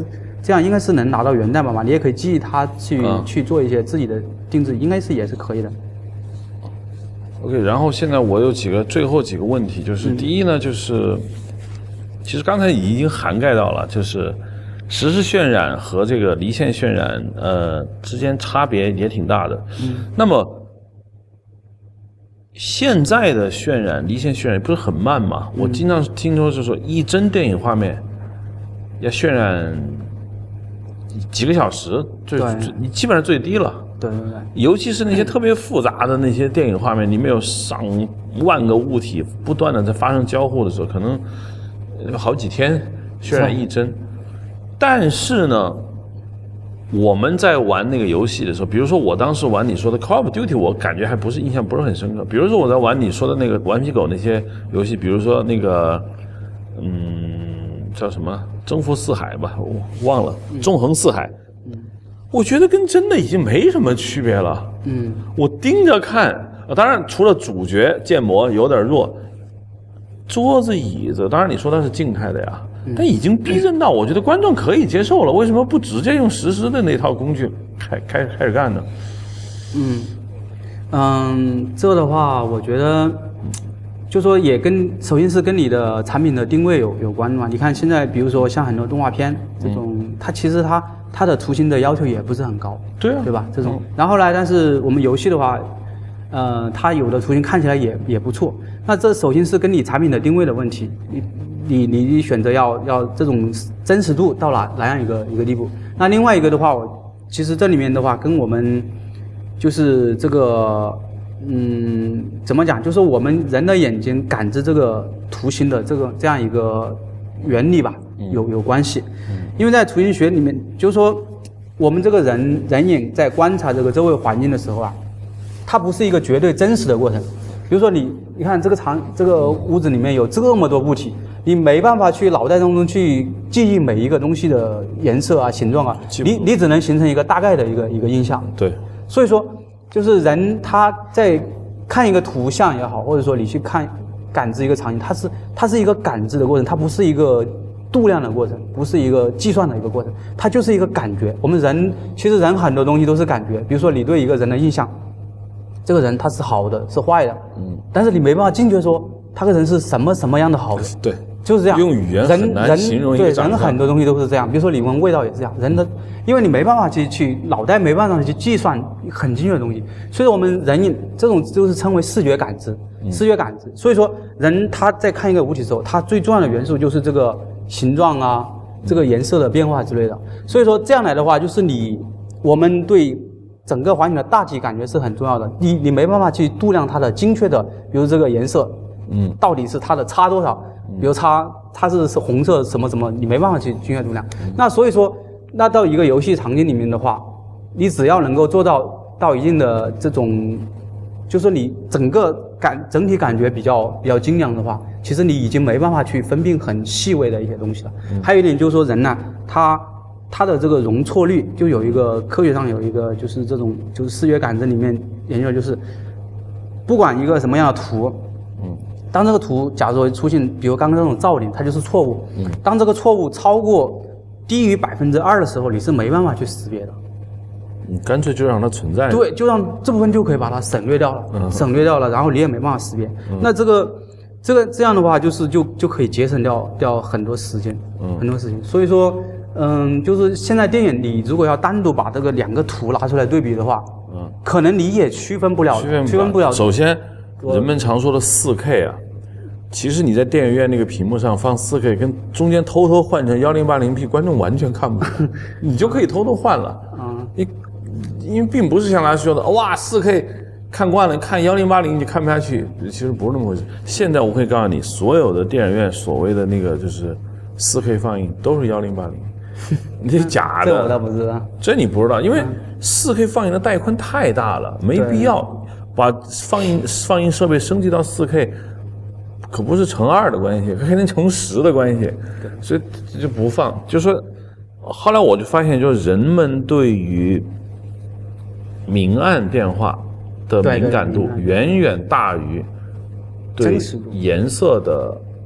这样应该是能拿到源代码嘛？你也可以基于它去、 嗯、 去做一些自己的定制，应该是也是可以的。 OK， 然后现在我有几个最后几个问题，就是第一呢，就是、嗯、其实刚才已经涵盖到了，就是实时渲染和这个离线渲染呃之间差别也挺大的。嗯，那么现在的渲染离线渲染不是很慢吗？嗯、我经常听说是说一帧电影画面要渲染几个小时，最你基本上最低了。 对对对， 尤其是那些特别复杂的那些电影画面，里面有上万个物体不断的在发生交互的时候，可能好几天渲染一帧。但是呢，我们在玩那个游戏的时候，比如说我当时玩你说的 Call of Duty， 我感觉还不是印象不是很深刻。比如说我在玩你说的那个顽皮狗那些游戏，比如说那个嗯叫什么征服四海吧，我忘了，纵横四海。我觉得跟真的已经没什么区别了。嗯，我盯着看，当然除了主角建模有点弱，桌子椅子，当然你说它是静态的呀，嗯、但已经逼真到我觉得观众可以接受了。为什么不直接用实时的那套工具开开开始干呢？ 嗯嗯，这的话，我觉得就说也跟首先是跟你的产品的定位有有关嘛。你看现在，比如说像很多动画片这种，嗯、它其实它。它的图形的要求也不是很高， 对啊， 对吧？这种，嗯、然后呢，但是我们游戏的话，呃，它有的图形看起来也也不错。那这首先是跟你产品的定位的问题，你你你你选择要要这种真实度到哪哪样一个一个地步？那另外一个的话，我其实这里面的话，跟我们就是这个，嗯，怎么讲？就是我们人的眼睛感知这个图形的这个这样一个原理吧，有有关系。因为在图形学里面，就是说我们这个人人眼在观察这个周围环境的时候啊，它不是一个绝对真实的过程。比如说你你看这个场这个屋子里面有这么多物体，你没办法去脑袋当中去记忆每一个东西的颜色啊、形状啊，你你只能形成一个大概的一个一个印象。 对， 所以说就是人他在看一个图像也好，或者说你去看感知一个场景，它是它是一个感知的过程，它不是一个度量的过程，不是一个计算的一个过程，它就是一个感觉。我们人其实人很多东西都是感觉，比如说你对一个人的印象，这个人他是好的是坏的，嗯，但是你没办法精确说他个人是什么什么样的好的， 对， 就是这样。 用语言很难形容一个长相。 对，人很多东西都是这样，比如说你闻味道也是这样，人的，因为你没办法去去脑袋没办法去计算很精确的东西，所以我们人这种就是称为视觉感知，视觉感知。所以说人他在看一个物体的时候，他最重要的元素就是这个形状啊，这个颜色的变化之类的。所以说这样来的话，就是你我们对整个环境的大体感觉是很重要的。你你没办法去度量它的精确的，比如这个颜色，嗯，到底是它的差多少？比如差它是是红色什么什么，你没办法去精确度量。那所以说，那到一个游戏场景里面的话，你只要能够做到到一定的这种，就是你整个感整体感觉比较比较精良的话，其实你已经没办法去分辨很细微的一些东西了。嗯、还有一点就是说人呢，他他的这个容错率，就有一个科学上有一个就是这种就是视觉感知里面研究，就是不管一个什么样的图，嗯，当这个图假如说出现，比如刚刚这种噪点，它就是错误。嗯，当这个错误超过低于百分之二的时候，你是没办法去识别的。 你干脆就让它存在。 对，就让这部分就可以把它省略掉了，嗯、省略掉了，然后你也没办法识别。嗯、那这个这个这样的话，就是就就可以节省掉掉很多时间，嗯，很多时间。所以说，嗯，就是现在电影你如果要单独把这个两个图拿出来对比的话，嗯，可能你也区分不了，区分区分不了。 首先，人们常说的 四 K 啊。其实你在电影院那个屏幕上放 四 K， 跟中间偷偷换成 一零八零 P， 观众完全看不懂，你就可以偷偷换了。嗯，你因为并不是像他说的，哇 四 K 看惯了，看一零八零就看不下去，其实不是那么回事。现在我可以告诉你，所有的电影院所谓的那个就是 四 K 放映都是一零八零，你这假的。 这我倒不知道。 这你不知道，因为 四 K 放映的带宽太大了，没必要把放映放映设备升级到 四 K。可不是乘二的关系，可能乘十的关系，所以就不放。就说后来我就发现，就是人们对于明暗变化的敏感度远远大于对颜色的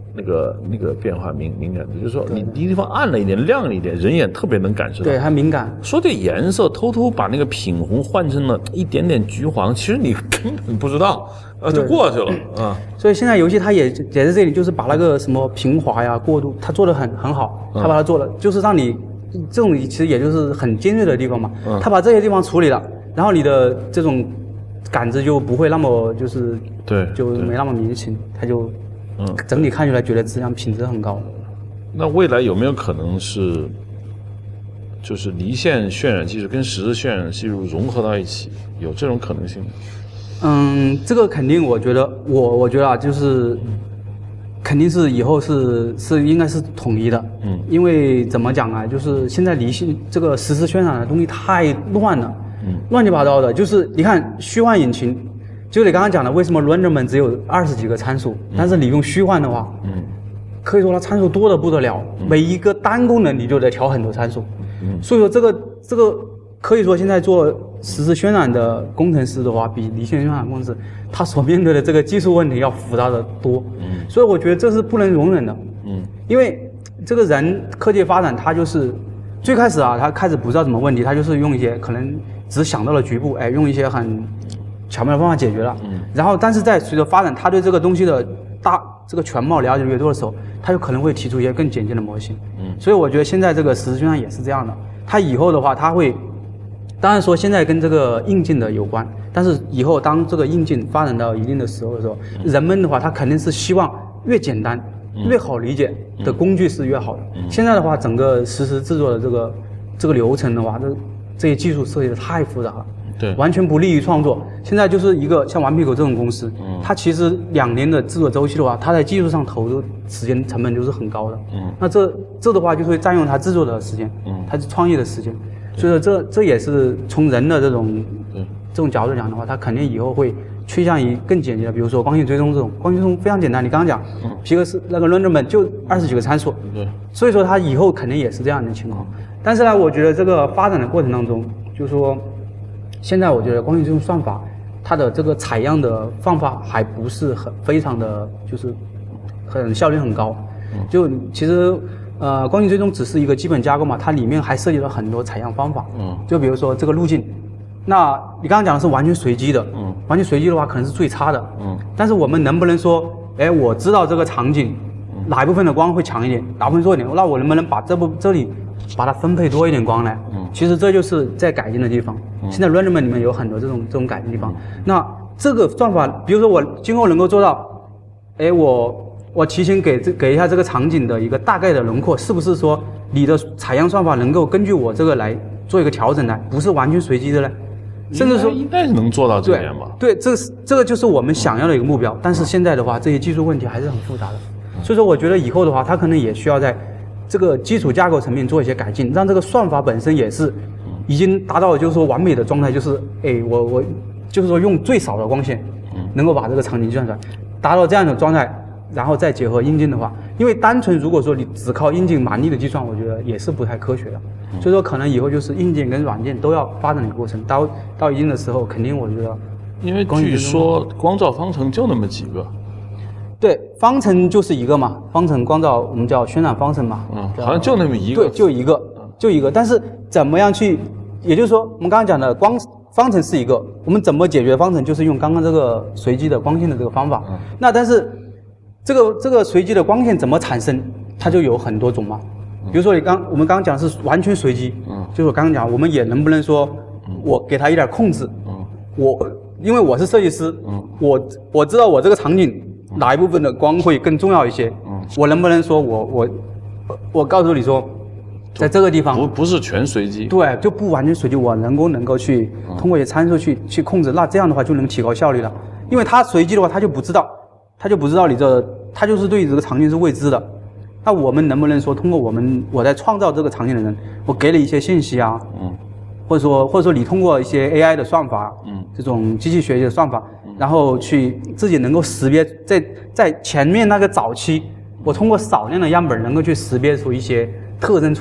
那个那个变化敏敏感度，就是说你一个地方暗了一点、亮了一点，人眼特别能感受到。 对，还敏感。 说这颜色，偷偷把那个品红换成了一点点橘黄，其实你根本不知道，呃，就过去了啊。 所以现在游戏它也也在这里，就是把那个什么平滑呀、过渡，它做得很很好，它把它做了，就是让你这种其实也就是很尖锐的地方嘛， 嗯、 它把这些地方处理了，然后你的这种感知就不会那么就是对， 就没那么明显，它就。嗯，整体看起来觉得质量品质很高。 那未来有没有可能是，就是离线渲染技术跟实时渲染技术融合到一起，有这种可能性吗？ 嗯，这个肯定，我觉得我我觉得啊，就是肯定是以后是是应该是统一的。嗯，因为怎么讲啊，就是现在离线这个实时渲染的东西太乱了，嗯，乱七八糟的。就是你看虚幻引擎。就你刚刚讲的，为什么 renderman 只有二十几个参数，但是你用虚幻的话，嗯，可以说它参数多得不得了，嗯、每一个单功能你就得调很多参数，嗯，所以说这个这个可以说现在做实时渲染的工程师的话，比离线渲染工程师他所面对的这个技术问题要复杂的多，嗯，所以我觉得这是不能容忍的，嗯，因为这个人科技发展，他就是最开始啊，他开始不知道什么问题，他就是用一些可能只想到了局部，哎，用一些很巧妙的方法解决了，嗯，然后但是在随着发展，他对这个东西的大这个全貌了解越多的时候，他就可能会提出一些更简洁的模型，嗯，所以我觉得现在这个实时渲染也是这样的，它以后的话，它会，当然说现在跟这个硬件的有关，但是以后当这个硬件发展到一定的时候的时候，嗯、人们的话，他肯定是希望越简单、嗯、越好理解的工具是越好的。嗯、现在的话，整个实时制作的这个这个流程的话，这这些技术设计的太复杂了。对，完全不利于创作。现在就是一个像顽皮狗这种公司，嗯，它其实两年的制作周期的话，它在技术上投入时间成本就是很高的，嗯，那这这的话就会占用它制作的时间，嗯，它是创业的时间，所以说这这也是从人的这种这种角度讲的话，它肯定以后会趋向于更简洁的，比如说光线追踪这种，光线追踪非常简单，你刚刚讲，嗯，皮克斯那个 renderman 就二十几个参数，对，所以说它以后肯定也是这样的情况。但是呢，我觉得这个发展的过程当中，就是说。现在我觉得光线追踪算法，它的这个采样的方法还不是很非常的，就是很效率很高。就其实呃，光线追踪只是一个基本架构嘛，它里面还涉及了很多采样方法。嗯。就比如说这个路径，那你刚刚讲的是完全随机的。嗯。完全随机的话，可能是最差的。嗯。但是我们能不能说，哎，我知道这个场景哪一部分的光会强一点，哪部分弱一点，那我能不能把这部这里把它分配多一点光来？嗯。其实这就是在改进的地方。嗯、现在 renderman 里面有很多这种这种改进的地方。嗯、那这个算法，比如说我今后能够做到，哎，我我提前给这给一下这个场景的一个大概的轮廓，是不是说你的采样算法能够根据我这个来做一个调整呢？不是完全随机的呢？甚至说应该是能做到这点吧？ 对，对，这是这个就是我们想要的一个目标。但是现在的话，这些技术问题还是很复杂的。所以说，我觉得以后的话，它可能也需要在这个基础架构层面做一些改进，让这个算法本身也是已经达到了就是说完美的状态，就是哎，我我就是说用最少的光线，能够把这个场景计算出来，达到这样的状态，然后再结合硬件的话，因为单纯如果说你只靠硬件蛮力的计算，我觉得也是不太科学的。所以说，可能以后就是硬件跟软件都要发展的过程，到到一定的时候，肯定我觉得， 因为据说光照方程就那么几个。 对，方程就是一个嘛，方程光照我们叫渲染方程嘛， 嗯，好像就那么一个， 对，就一个，就一个。但是怎么样去，也就是说，我们刚刚讲的光方程是一个，我们怎么解决方程，就是用刚刚这个随机的光线的这个方法。嗯、那但是这个这个随机的光线怎么产生，它就有很多种嘛。比如说你刚我们刚刚讲的是完全随机，嗯，就是我刚刚讲，我们也能不能说，我给它一点控制，嗯，我因为我是设计师，嗯，我我知道我这个场景。哪一部分的光会更重要一些？嗯，我能不能说我我我告诉你说，在这个地方不不是全随机， 对，就不完全随机，我能够能够去通过一些参数去去控制，那这样的话就能提高效率了。因为它随机的话，它就不知道，它就不知道你这，它就是对这个场景是未知的。那我们能不能说通过我们我在创造这个场景的人，我给了一些信息啊，嗯，或者说或者说你通过一些 A I 的算法，嗯，这种机器学习的算法。然后去自己能够识别，在在前面那个早期，我通过少量的样本能够去识别出一些特征出来，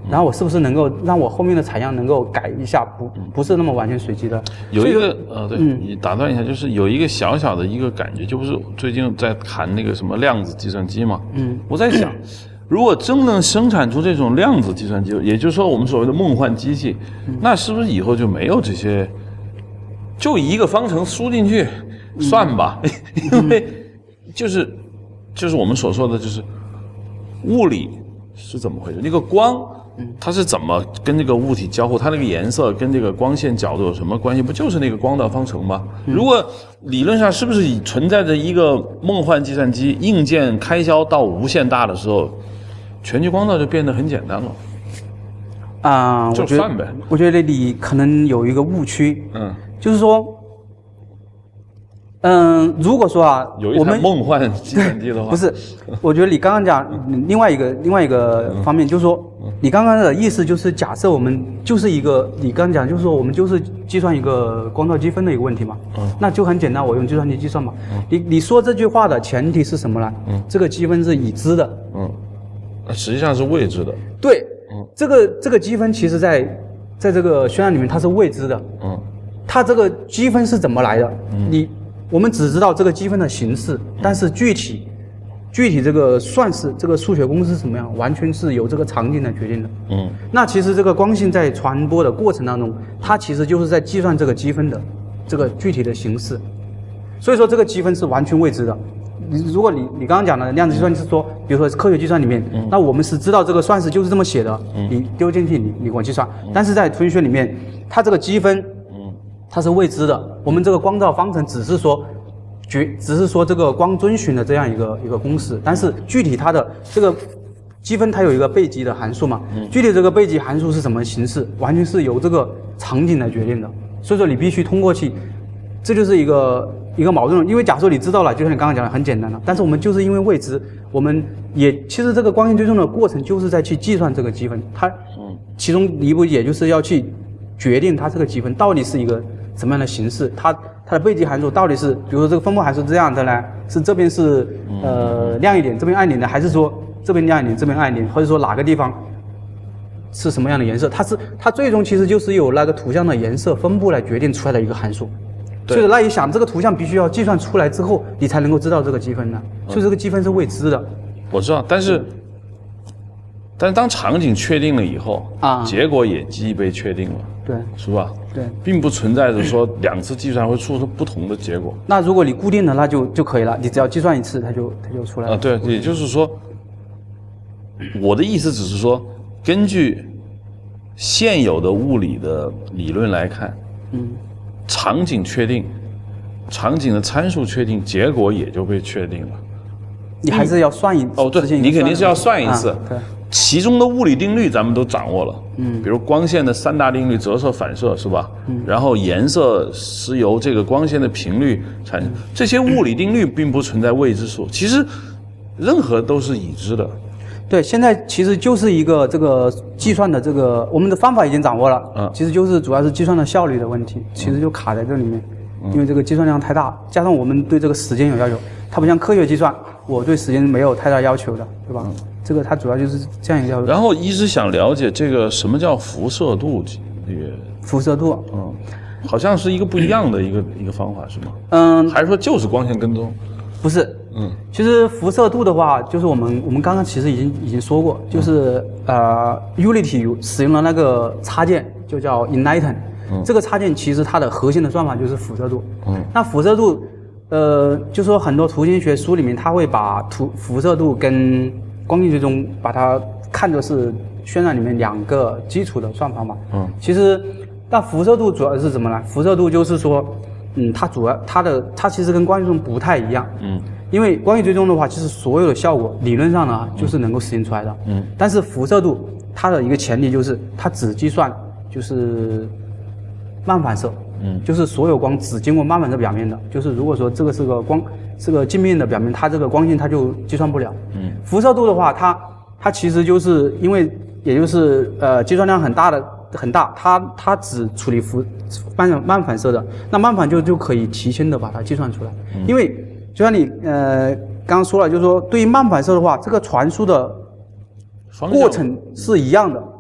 然后我是不是能够让我后面的采样能够改一下，不不是那么完全随机的。 有一个呃，对，你打断一下，就是有一个小小的一个感觉，就不是最近在谈那个什么量子计算机嘛？嗯，我在想，如果真能生产出这种量子计算机，也就是说我们所谓的梦幻机器，那是不是以后就没有这些，就一个方程输进去算吧？因为就是就是我们所说的就是物理是怎么回事？那个光。它是怎么跟这个物体交互？它那个颜色跟这个光线角度有什么关系？不就是那个光的方程吗？嗯、如果理论上是不是以存在着一个梦幻计算机硬件开销到无限大的时候，全局光照就变得很简单了？ 啊、呃， 就算呗。 我觉得你可能有一个误区， 嗯， 就是说。嗯，如果说啊， 有一台梦幻计算机的话， 不是，我觉得你刚刚讲另外一个另外一个方面，就是说，你刚刚的意思就是假设我们就是一个，你刚刚讲就是说我们就是计算一个光照积分的一个问题嘛，嗯，那就很简单，我用计算机计算嘛。嗯、你你说这句话的前提是什么呢？嗯，这个积分是已知的， 嗯，实际上是未知的。 对，嗯，这个这个积分其实在在这个渲染里面它是未知的，嗯，它这个积分是怎么来的？嗯，你。我们只知道这个积分的形式，但是具体具体这个算式这个数学公式是什么样，完全是由这个场景来决定的。嗯，那其实这个光线在传播的过程当中，它其实就是在计算这个积分的这个具体的形式，所以说这个积分是完全未知的。你如果你你刚刚讲的量子计算是说，比如说科学计算里面，嗯、那我们是知道这个算式就是这么写的，嗯、你丢进去你你给我计算，嗯、但是在图形学里面，它这个积分。它是未知的，我们这个光照方程只是说，觉只是说这个光遵循的这样一个一个公式，但是具体它的这个积分它有一个倍积的函数嘛，嗯、具体这个倍积函数是什么形式，完全是由这个场景来决定的，所以说你必须通过去，这就是一个一个矛盾，因为假设你知道了，就像你刚刚讲的很简单了，但是我们就是因为未知，我们也其实这个光线追踪的过程就是在去计算这个积分，它其中一步也就是要去决定它这个积分到底是一个。什么样的形式？它它的倍积函数到底是，比如说这个分布函数这样的呢？是这边是呃亮一点，这边暗一点的，还是说这边亮一点，这边暗一点，或者说哪个地方是什么样的颜色？它是它最终其实就是由那个图像的颜色分布来决定出来的一个函数。所以那你想，这个图像必须要计算出来之后，你才能够知道这个积分呢。所以这个积分是未知的。 我知道，但是。但是当场景确定了以后，啊，结果也即被确定了， 对， 是吧？ 对， 并不存在着说两次计算会出不同的结果。 那如果你固定了，那就就可以了，你只要计算一次，它就它就出来了。 啊，对，也就是说，我的意思只是说，根据现有的物理的理论来看，嗯，场景确定，场景的参数确定，结果也就被确定了。 你还是要算一哦，对，你肯定是要算一次。 啊、对， 其中的物理定律咱们都掌握了，嗯，比如光线的三大定律，折射、反射，是吧？嗯，然后颜色是由这个光线的频率产生，这些物理定律并不存在未知数，其实任何都是已知的。 对，现在其实就是一个这个计算的这个我们的方法已经掌握了，嗯，其实就是主要是计算的效率的问题，其实就卡在这里面，嗯、因为这个计算量太大，加上我们对这个时间有要求，它不像科学计算。我对时间没有太大要求的，对吧？嗯、这个它主要就是这样一个要求。 然后一直想了解这个什么叫辐射度，这个辐射度， 嗯，好像是一个不一样的一个、嗯、一个方法，是吗？ 嗯， 还是说就是光线跟踪？ 不是，嗯，其实辐射度的话，就是我们我们刚刚其实已经已经说过，就是、嗯、呃 ，Unity 使用了那个插件，就叫 Enlighten，、嗯、这个插件其实它的核心的算法就是辐射度，嗯，那辐射度。呃，就说很多图形学书里面，它会把图辐射度跟光线追踪把它看作是渲染里面两个基础的算法嘛。嗯，其实那辐射度主要是什么呢？辐射度就是说，嗯，它主要它的它其实跟光线追踪不太一样。嗯，因为光线追踪的话，其实所有的效果理论上呢就是能够实现出来的。嗯，但是辐射度它的一个前提就是它只计算就是漫反射。嗯，就是所有光只经过漫反射表面的，就是如果说这个是个光是个镜面的表面，它这个光线它就计算不了。嗯，辐射度的话，它它其实就是因为也就是呃计算量很大的很大，它它只处理辐漫漫反射的，那漫反就就可以提前的把它计算出来。嗯、因为就像你呃刚刚说了，就是说对于漫反射的话，这个传输的过程是一样的。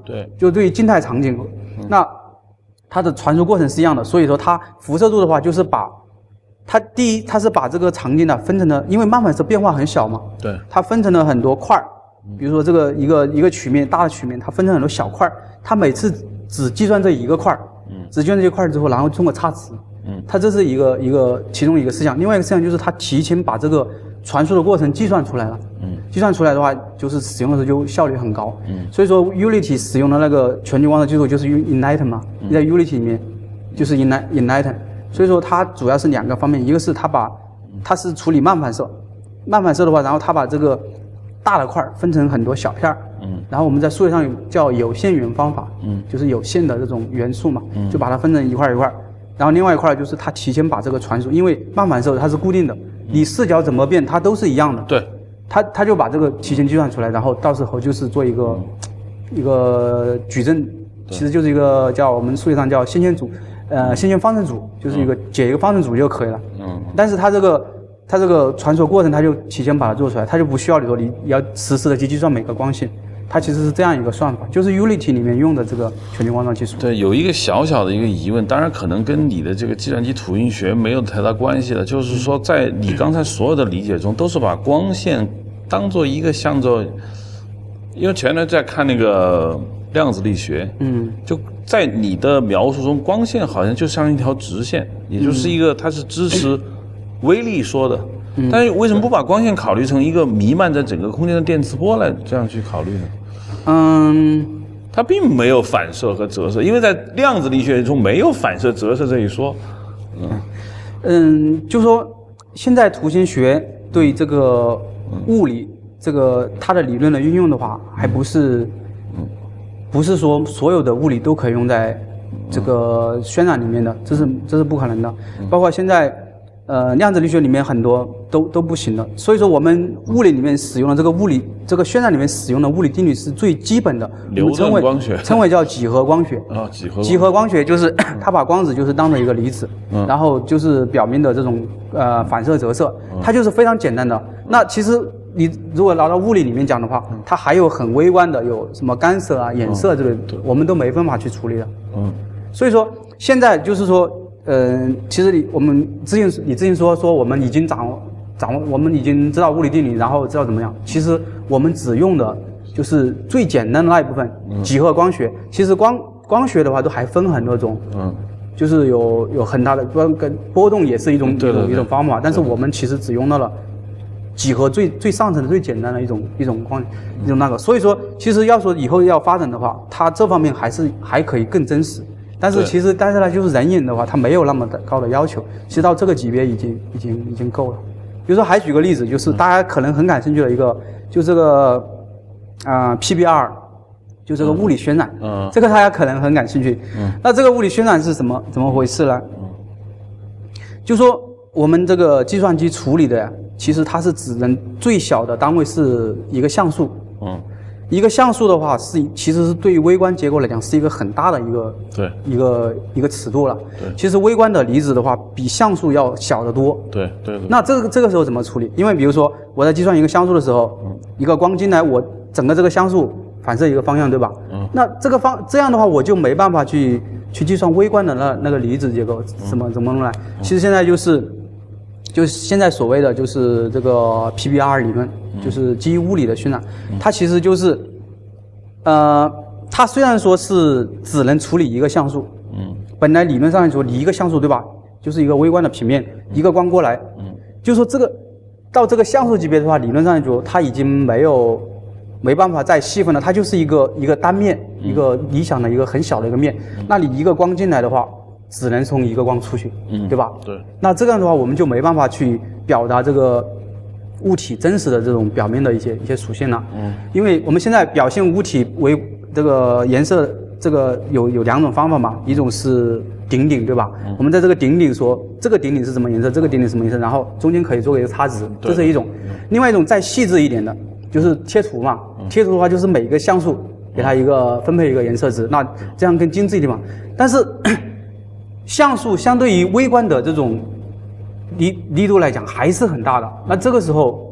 对， 就对于静态场景，嗯、那它的传输过程是一样的。所以说它辐射度的话，就是把它第一，它是把这个场景呢分成了，因为慢反射变化很小嘛， 对， 它分成了很多块儿。比如说这个一个一个曲面大的曲面，它分成很多小块儿，它每次只计算这一个块儿，嗯，只计算这一块儿之后，然后通过差值，嗯，它这是一个一个其中一个思想。另外一个思想就是它提前把这个传输的过程计算出来了，嗯，计算出来的话，就是使用的时候就效率很高，嗯，所以说 Unity 使用的那个全局光的技术就是 Enlighten 嘛，嗯、在 Unity 里面就是 Enlighten， 所以说它主要是两个方面，一个是它把它是处理慢反射，慢反射的话，然后它把这个大的块分成很多小片儿，嗯，然后我们在数学上有叫有限元方法，嗯，就是有限的这种元素嘛，嗯，就把它分成一块一块，然后另外一块就是它提前把这个传输，因为慢反射它是固定的，你视角怎么变它都是一样的， 对， 它它就把这个提前计算出来，然后到时候就是做一个、嗯、一个矩阵，其实就是一个叫我们数学上叫线性组，呃，线性方程组，就是一个、嗯、解一个方程组就可以了，嗯，但是它这个。它这个传输过程，它就提前把它做出来，它就不需要你说你要实时的去计算每个光线，它其实是这样一个算法，就是 Unity 里面用的这个全局光照技术。 对，有一个小小的一个疑问，当然可能跟你的这个计算机图形学没有太大关系了，就是说在你刚才所有的理解中，都是把光线当做一个像做，因为前面在看那个量子力学，嗯，就在你的描述中，光线好像就像一条直线，也就是一个它是支持微粒说的，但是为什么不把光线考虑成一个弥漫在整个空间的电磁波来这样去考虑呢？ 嗯， 它并没有反射和折射，因为在量子力学中没有反射折射这一说。 嗯嗯，就说现在图形学对这个物理、嗯、这个它的理论的运用的话，还不是，嗯，不是说所有的物理都可以用在这个渲染里面的，这是这是不可能的，包括现在。呃，量子力学里面很多都都不行的，所以说我们物理里面使用的这个物理这个渲染里面使用的物理定律是最基本的， 流动光学称为叫几何光学啊，几何几何光学就是它把光子就是当成一个离子，嗯，然后就是表面的这种呃反射折射，它就是非常简单的。嗯、那其实你如果拿到物理里面讲的话，嗯、它还有很微观的，有什么干涉啊、衍射之类的，嗯、我们都没办法去处理的。嗯，所以说现在就是说。嗯、呃，其实你我们之前你之前说说我们已经掌握掌握我们已经知道物理定理，然后知道怎么样。其实我们只用的就是最简单的那一部分，嗯、几何光学。其实光光学的话都还分很多种，嗯，就是有有很大的波跟波动也是一种、嗯、对对对一种一种方法，但是我们其实只用到了几何最最上层的最简单的一种一种光一种那个。所以说，其实要说以后要发展的话，它这方面还是还可以更真实。但是其实，但是呢，就是人眼的话，它没有那么的高的要求。其实到这个级别已经已经已经够了。比如说，还举个例子，就是大家可能很感兴趣的一个，就这个啊、呃、P B R， 就这个物理渲染。嗯。这个大家可能很感兴趣。嗯。那这个物理渲染是什么怎么回事呢？嗯。就说我们这个计算机处理的呀，其实它是只能最小的单位是一个像素。嗯。一个像素的话是其实是对于微观结构来讲是一个很大的一个对一个一个尺度了。 对， 其实微观的离子的话比像素要小得多。 对 对, 对。 那这个这个时候怎么处理？因为比如说我在计算一个像素的时候，嗯，一个光进来，我整个这个像素反射一个方向，对吧？嗯。那这个方这样的话，我就没办法去去计算微观的那那个离子结构怎么、嗯、怎么弄来。其实现在就是。就是现在所谓的就是这个 P B R 理论，嗯、就是基于物理的渲染，嗯、它其实就是，呃，它虽然说是只能处理一个像素，嗯，本来理论上来说，你一个像素对吧，就是一个微观的平面，嗯、一个光过来，嗯，就说这个到这个像素级别的话，理论上来说，它已经没有没办法再细分了，它就是一个一个单面，嗯、一个理想的一个很小的一个面，嗯、那你一个光进来的话。只能从一个光出去，嗯，对吧？ 对。 那这样的话，我们就没办法去表达这个物体真实的这种表面的一些一些属性了，嗯。因为我们现在表现物体为这个颜色，这个有有两种方法嘛，一种是顶顶，对吧？嗯。我们在这个顶顶说这个顶顶是什么颜色，这个顶顶是什么颜色，然后中间可以做一个差值，这是一种。嗯。另外一种再细致一点的，就是贴图嘛。嗯。贴图的话，就是每个像素给它一个分配一个颜色值，那这样更精致一点嘛。但是像素相对于微观的这种离离度来讲还是很大的，那这个时候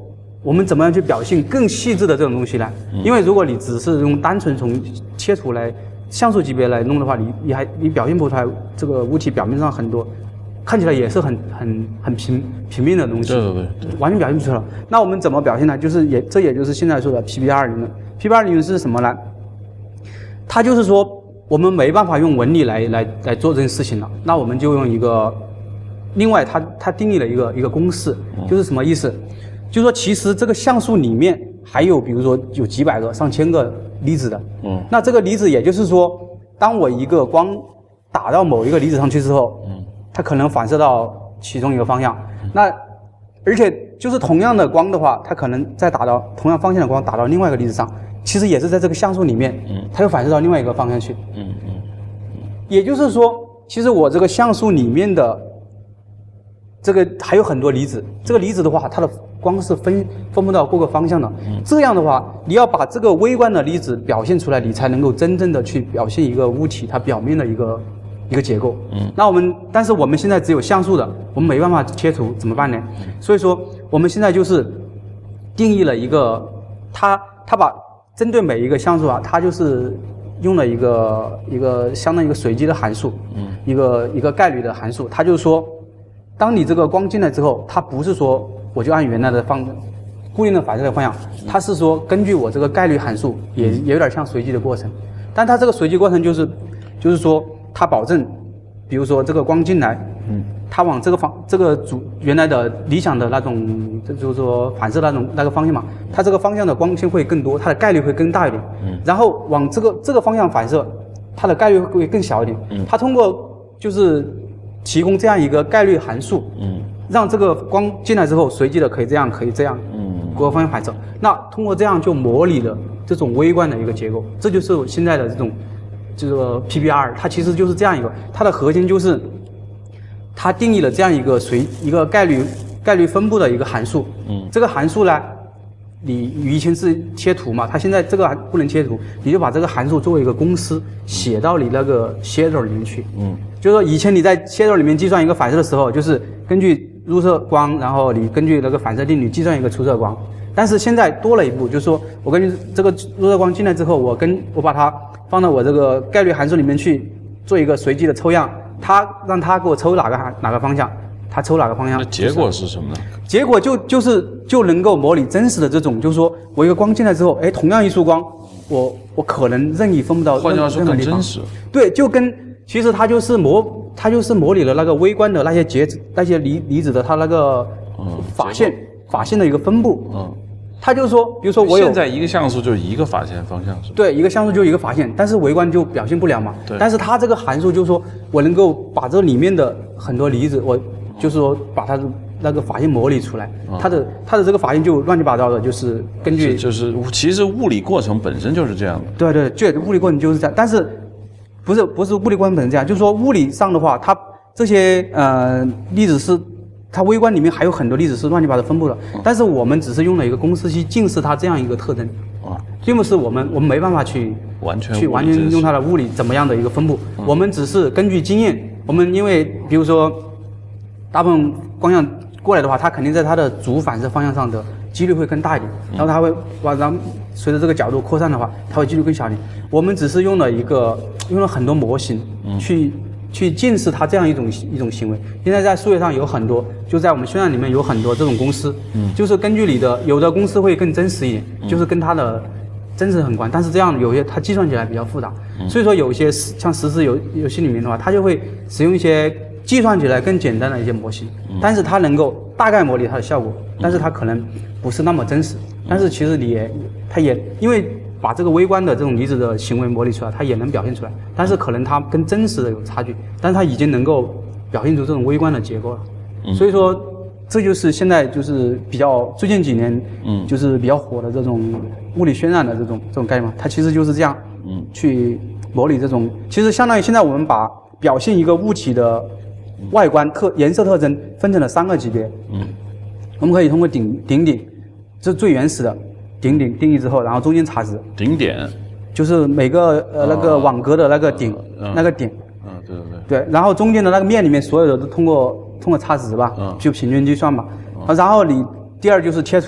我们怎么样去表现更细致的这种东西呢？因为如果你只是用单纯从切图来像素级别来弄的话，你你还你表现不出来这个物体表面上很多看起来也是很很很平平面的东西， 对对对， 完全表现不出来。那我们怎么表现呢？就是也这也就是现在说的 P B R 理论。P B R 理论是什么呢？它就是说我们没办法用纹理来来来做这件事情了，那我们就用一个另外它它定义了一个一个公式，就是什么意思？就是说其实这个像素里面还有比如说有几百个上千个离子的，嗯，那这个离子也就是说，当我一个光打到某一个离子上去之后，嗯，它可能反射到其中一个方向，嗯，那而且就是同样的光的话，它可能再打到同样方向的光打到另外一个离子上，其实也是在这个像素里面，嗯，它又反射到另外一个方向去，嗯嗯，也就是说，其实我这个像素里面的这个还有很多离子，这个离子的话，它的光是分分布到各个方向的，嗯，这样的话，你要把这个微观的离子表现出来，你才能够真正的去表现一个物体它表面的一个一个结构。嗯，那我们但是我们现在只有像素的，我们没办法切图，怎么办呢？所以说我们现在就是定义了一个，它它把针对每一个像素啊，它就是用了一个一个相当于一个随机的函数，嗯，一个一个概率的函数，它就是说，当你这个光进来之后，它不是说我就按原来的方固定的反射的方向，它是说根据我这个概率函数，也也有点像随机的过程，但它这个随机过程就是就是说它保证，比如说这个光进来，嗯，它往这个方这个主原来的理想的那种，就是说反射那种那个方向嘛，它这个方向的光线会更多，它的概率会更大一点，嗯，然后往这个这个方向反射，它的概率会更小一点，嗯，它通过就是提供这样一个概率函数，嗯，让这个光进来之后随机的可以这样可以这样，嗯，各个方向反射，那通过这样就模拟了这种微观的一个结构，这就是现在的这种这个 P B R， 它其实就是这样一个，它的核心就是它定义了这样一个随一个概率概率分布的一个函数，嗯，这个函数呢，你以前是切图嘛，它现在这个不能切图，你就把这个函数作为一个公式写到你那个 shader 里面去，嗯，就是说以前你在 shader 里面计算一个反射的时候，就是根据入射光，然后你根据那个反射定律计算一个出射光，但是现在多了一步，就是说我根据这个入射光进来之后，我跟我把它放到我这个概率函数里面去做一个随机的抽样，它让它给我抽哪个哪个方向，它抽哪个方向。 那结果是什么呢？ 结果就就是就能够模拟真实的这种，就是说我一个光进来之后，哎，同样一束光，我我可能任意分布到任何地方。 更真实。 对，就跟其实它就是模它就是模拟了那个微观的那些结子那些离离子的它那个法线、嗯、法线的一个分布。嗯。它就是说，比如说我有现在一个像素就是一个法线方向是吧？ 对，一个像素就一个法线，但是微观就表现不了嘛。对。但是它这个函数就是说我能够把这里面的很多离子，我就是说把它那个法线模拟出来，嗯、它的它的这个法线就乱七八糟的，就是根据就是其实物理过程本身就是这样的。 对对，就物理过程就是这样，但是不是不是物理过程本身这样，就是说物理上的话，它这些呃粒子是。它微观里面还有很多粒子是乱七八糟分布的，嗯、但是我们只是用了一个公式去近似它这样一个特征，啊，并不是我们我们没办法去完全去完全用它的物理怎么样的一个分布，嗯、我们只是根据经验，我们因为比如说大部分光线过来的话，它肯定在它的主反射方向上的几率会更大一点，然后它会往然后随着这个角度扩散的话，它会几率更小一点。我们只是用了一个用了很多模型去。嗯去近似它这样一种一种行为，现在在数学上有很多，就在我们渲染里面有很多这种公式，嗯，就是根据你的有的公式会更真实一点，嗯、就是跟它的真实很关，但是这样有些它计算起来比较复杂，嗯、所以说有些像实时游游戏里面的话，它就会使用一些计算起来更简单的一些模型，嗯、但是它能够大概模拟它的效果，但是它可能不是那么真实，嗯、但是其实你也它也因为。把这个微观的这种离子的行为模拟出来，它也能表现出来，但是可能它跟真实的有差距，但是它已经能够表现出这种微观的结构了。嗯、所以说，这就是现在就是比较最近几年，嗯，就是比较火的这种物理渲染的这种这种概念嘛，它其实就是这样，嗯，去模拟这种，其实相当于现在我们把表现一个物体的外观特颜色特征分成了三个级别，嗯，我们可以通过顶顶点，这是最原始的。顶点定义之后，然后中间差值。顶点就是每个呃那个网格的那个顶、嗯、那个点。嗯，对对对。对，然后中间的那个面里面所有的都通过通过差值吧，嗯，就平均计算吧。嗯、然后你第二就是贴图，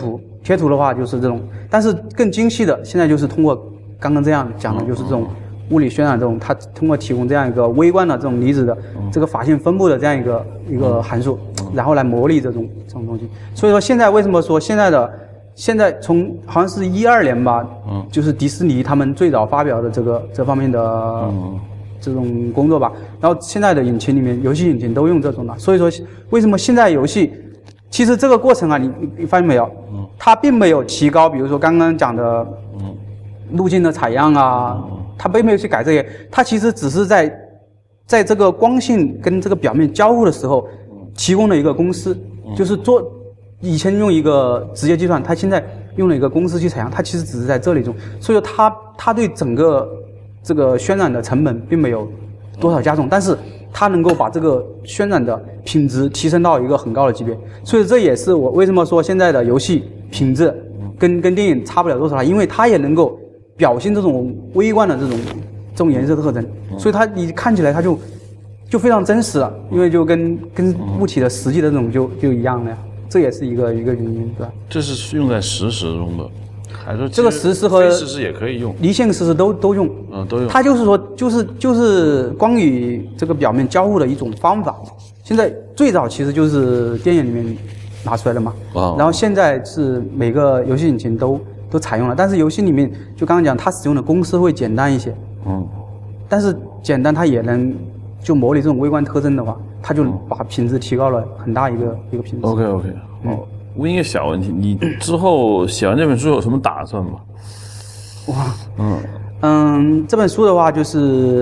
贴图的话就是这种，但是更精细的现在就是通过刚刚这样讲的，就是这种物理渲染这种，它通过提供这样一个微观的这种离子的这个法性分布的这样一个一个函数，然后来模拟这种这种东西。所以说现在为什么说现在的现在从好像是一二年吧，嗯，就是迪士尼他们最早发表的这个这方面的这种工作吧，然后现在的引擎里面游戏引擎都用这种的，所以说为什么现在游戏其实这个过程啊，你你发现没有？嗯，它并没有提高，比如说刚刚讲的，嗯，路径的采样啊，它并没有去改这些，它其实只是在在这个光性跟这个表面交互的时候，提供了一个公式，就是做以前用一个直接计算，它现在用了一个公式去采样，它其实只是在这里中，所以说它它对整个这个渲染的成本并没有多少加重，但是它能够把这个渲染的品质提升到一个很高的级别，所以这也是我为什么说现在的游戏品质跟跟电影差不了多少，因为它也能够表现这种微观的这种这种颜色特征，所以它你看起来它就就非常真实了，因为就跟跟物体的实际的这种就就一样了呀，这也是一个一个原因，对吧？ 这是用在实时中的。还是这个实时和非实时也可以用， 离线实时都都用， 嗯，都用。 它就是说，就是就是光与这个表面交互的一种方法。现在最早其实就是电影里面拿出来的嘛，哦、然后现在是每个游戏引擎都都采用了，但是游戏里面就刚刚讲，它使用的公式会简单一些，嗯，但是简单它也能就模拟这种微观特征的话，它就把品质提高了很大一个一个品质。 OK OK， 好。问一个小问题，你之后写完这本书有什么打算吗？ 哇，嗯嗯，这本书的话就是，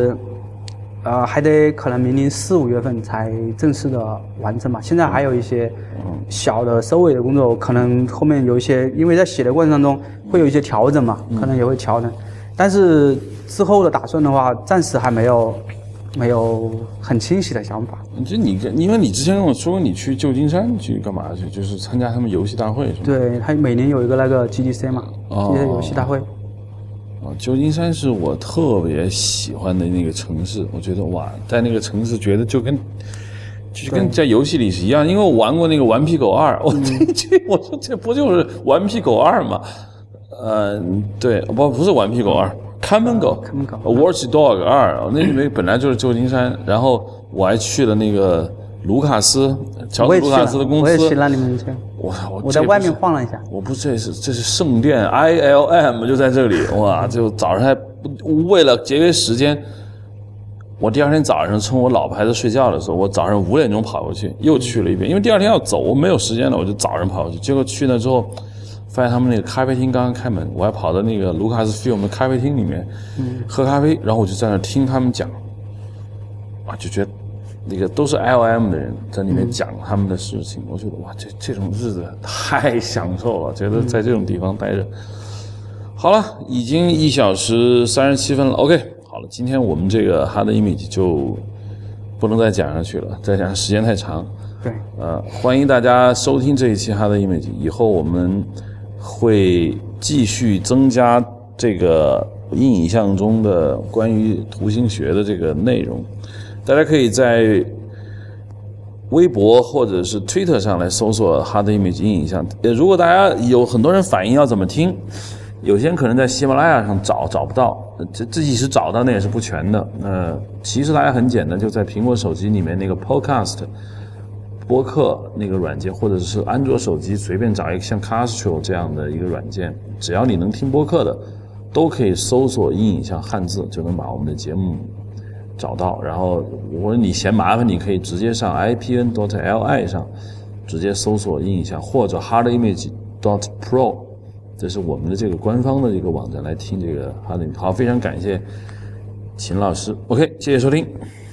呃，还得可能明年四五月份才正式的完成嘛。现在还有一些小的收尾的工作，可能后面有一些，因为在写的过程当中会有一些调整嘛，可能也会调整。但是之后的打算的话，暂时还没有。没有很清晰的想法。 就你跟，因为你之前跟我说你去旧金山去干嘛去，就是参加他们游戏大会是吗？ 对，他每年有一个那个 G D C 嘛，哦、G D C 游戏大会。 哦，旧金山是我特别喜欢的那个城市，我觉得哇，在那个城市觉得就跟就跟在游戏里是一样，因为我玩过那个顽皮狗二，我这我说这不就是顽皮狗二吗？呃，对，不不是顽皮狗二。看门狗 Watch Dog 二，那里面本来就是旧金山，然后我还去了那个卢卡斯，乔治卢卡斯的公司， 我也去那里面去。 我我我在外面晃了一下。 我不这是这是圣殿 I L M 就在这里，哇！就早上还为了节约时间，我第二天早上趁我老婆孩子睡觉的时候，我早上五点钟跑过去，又去了一遍，因为第二天要走，我没有时间了，我就早上跑过去。结果去那之后，发现他们那个咖啡厅刚刚开门，我还跑到那个卢卡斯 film 的咖啡厅里面喝咖啡，然后我就在那听他们讲，啊，就觉得那个都是 L M 的人在里面讲他们的事情，我觉得哇，这这种日子太享受了，觉得在这种地方待着。好了，已经一小时三十七分了 ，OK， 好了，今天我们这个 Hard Image 就不能再讲下去了，再讲时间太长。 对， 呃，欢迎大家收听这一期 Hard Image， 以后我们会继续增加这个硬影像中的关于图形学的这个内容，大家可以在微博或者是 Twitter 上来搜索 Hard Image 硬影像。呃，如果大家有很多人反映要怎么听，有些人可能在喜马拉雅上找找不到，这自己是找到那也是不全的。呃，其实大家很简单，就在苹果手机里面那个 Podcast。播客那个软件，或者是安卓手机随便找一个像 Castro 这样的一个软件，只要你能听播客的，都可以搜索硬影像汉字，就能把我们的节目找到。然后如果你嫌麻烦，你可以直接上 I P N dot L I 上直接搜索硬影像，或者 hard image dot pro， 这是我们的这个官方的一个网站来听这个 hard image。好，非常感谢秦老师 ，OK， 谢谢收听。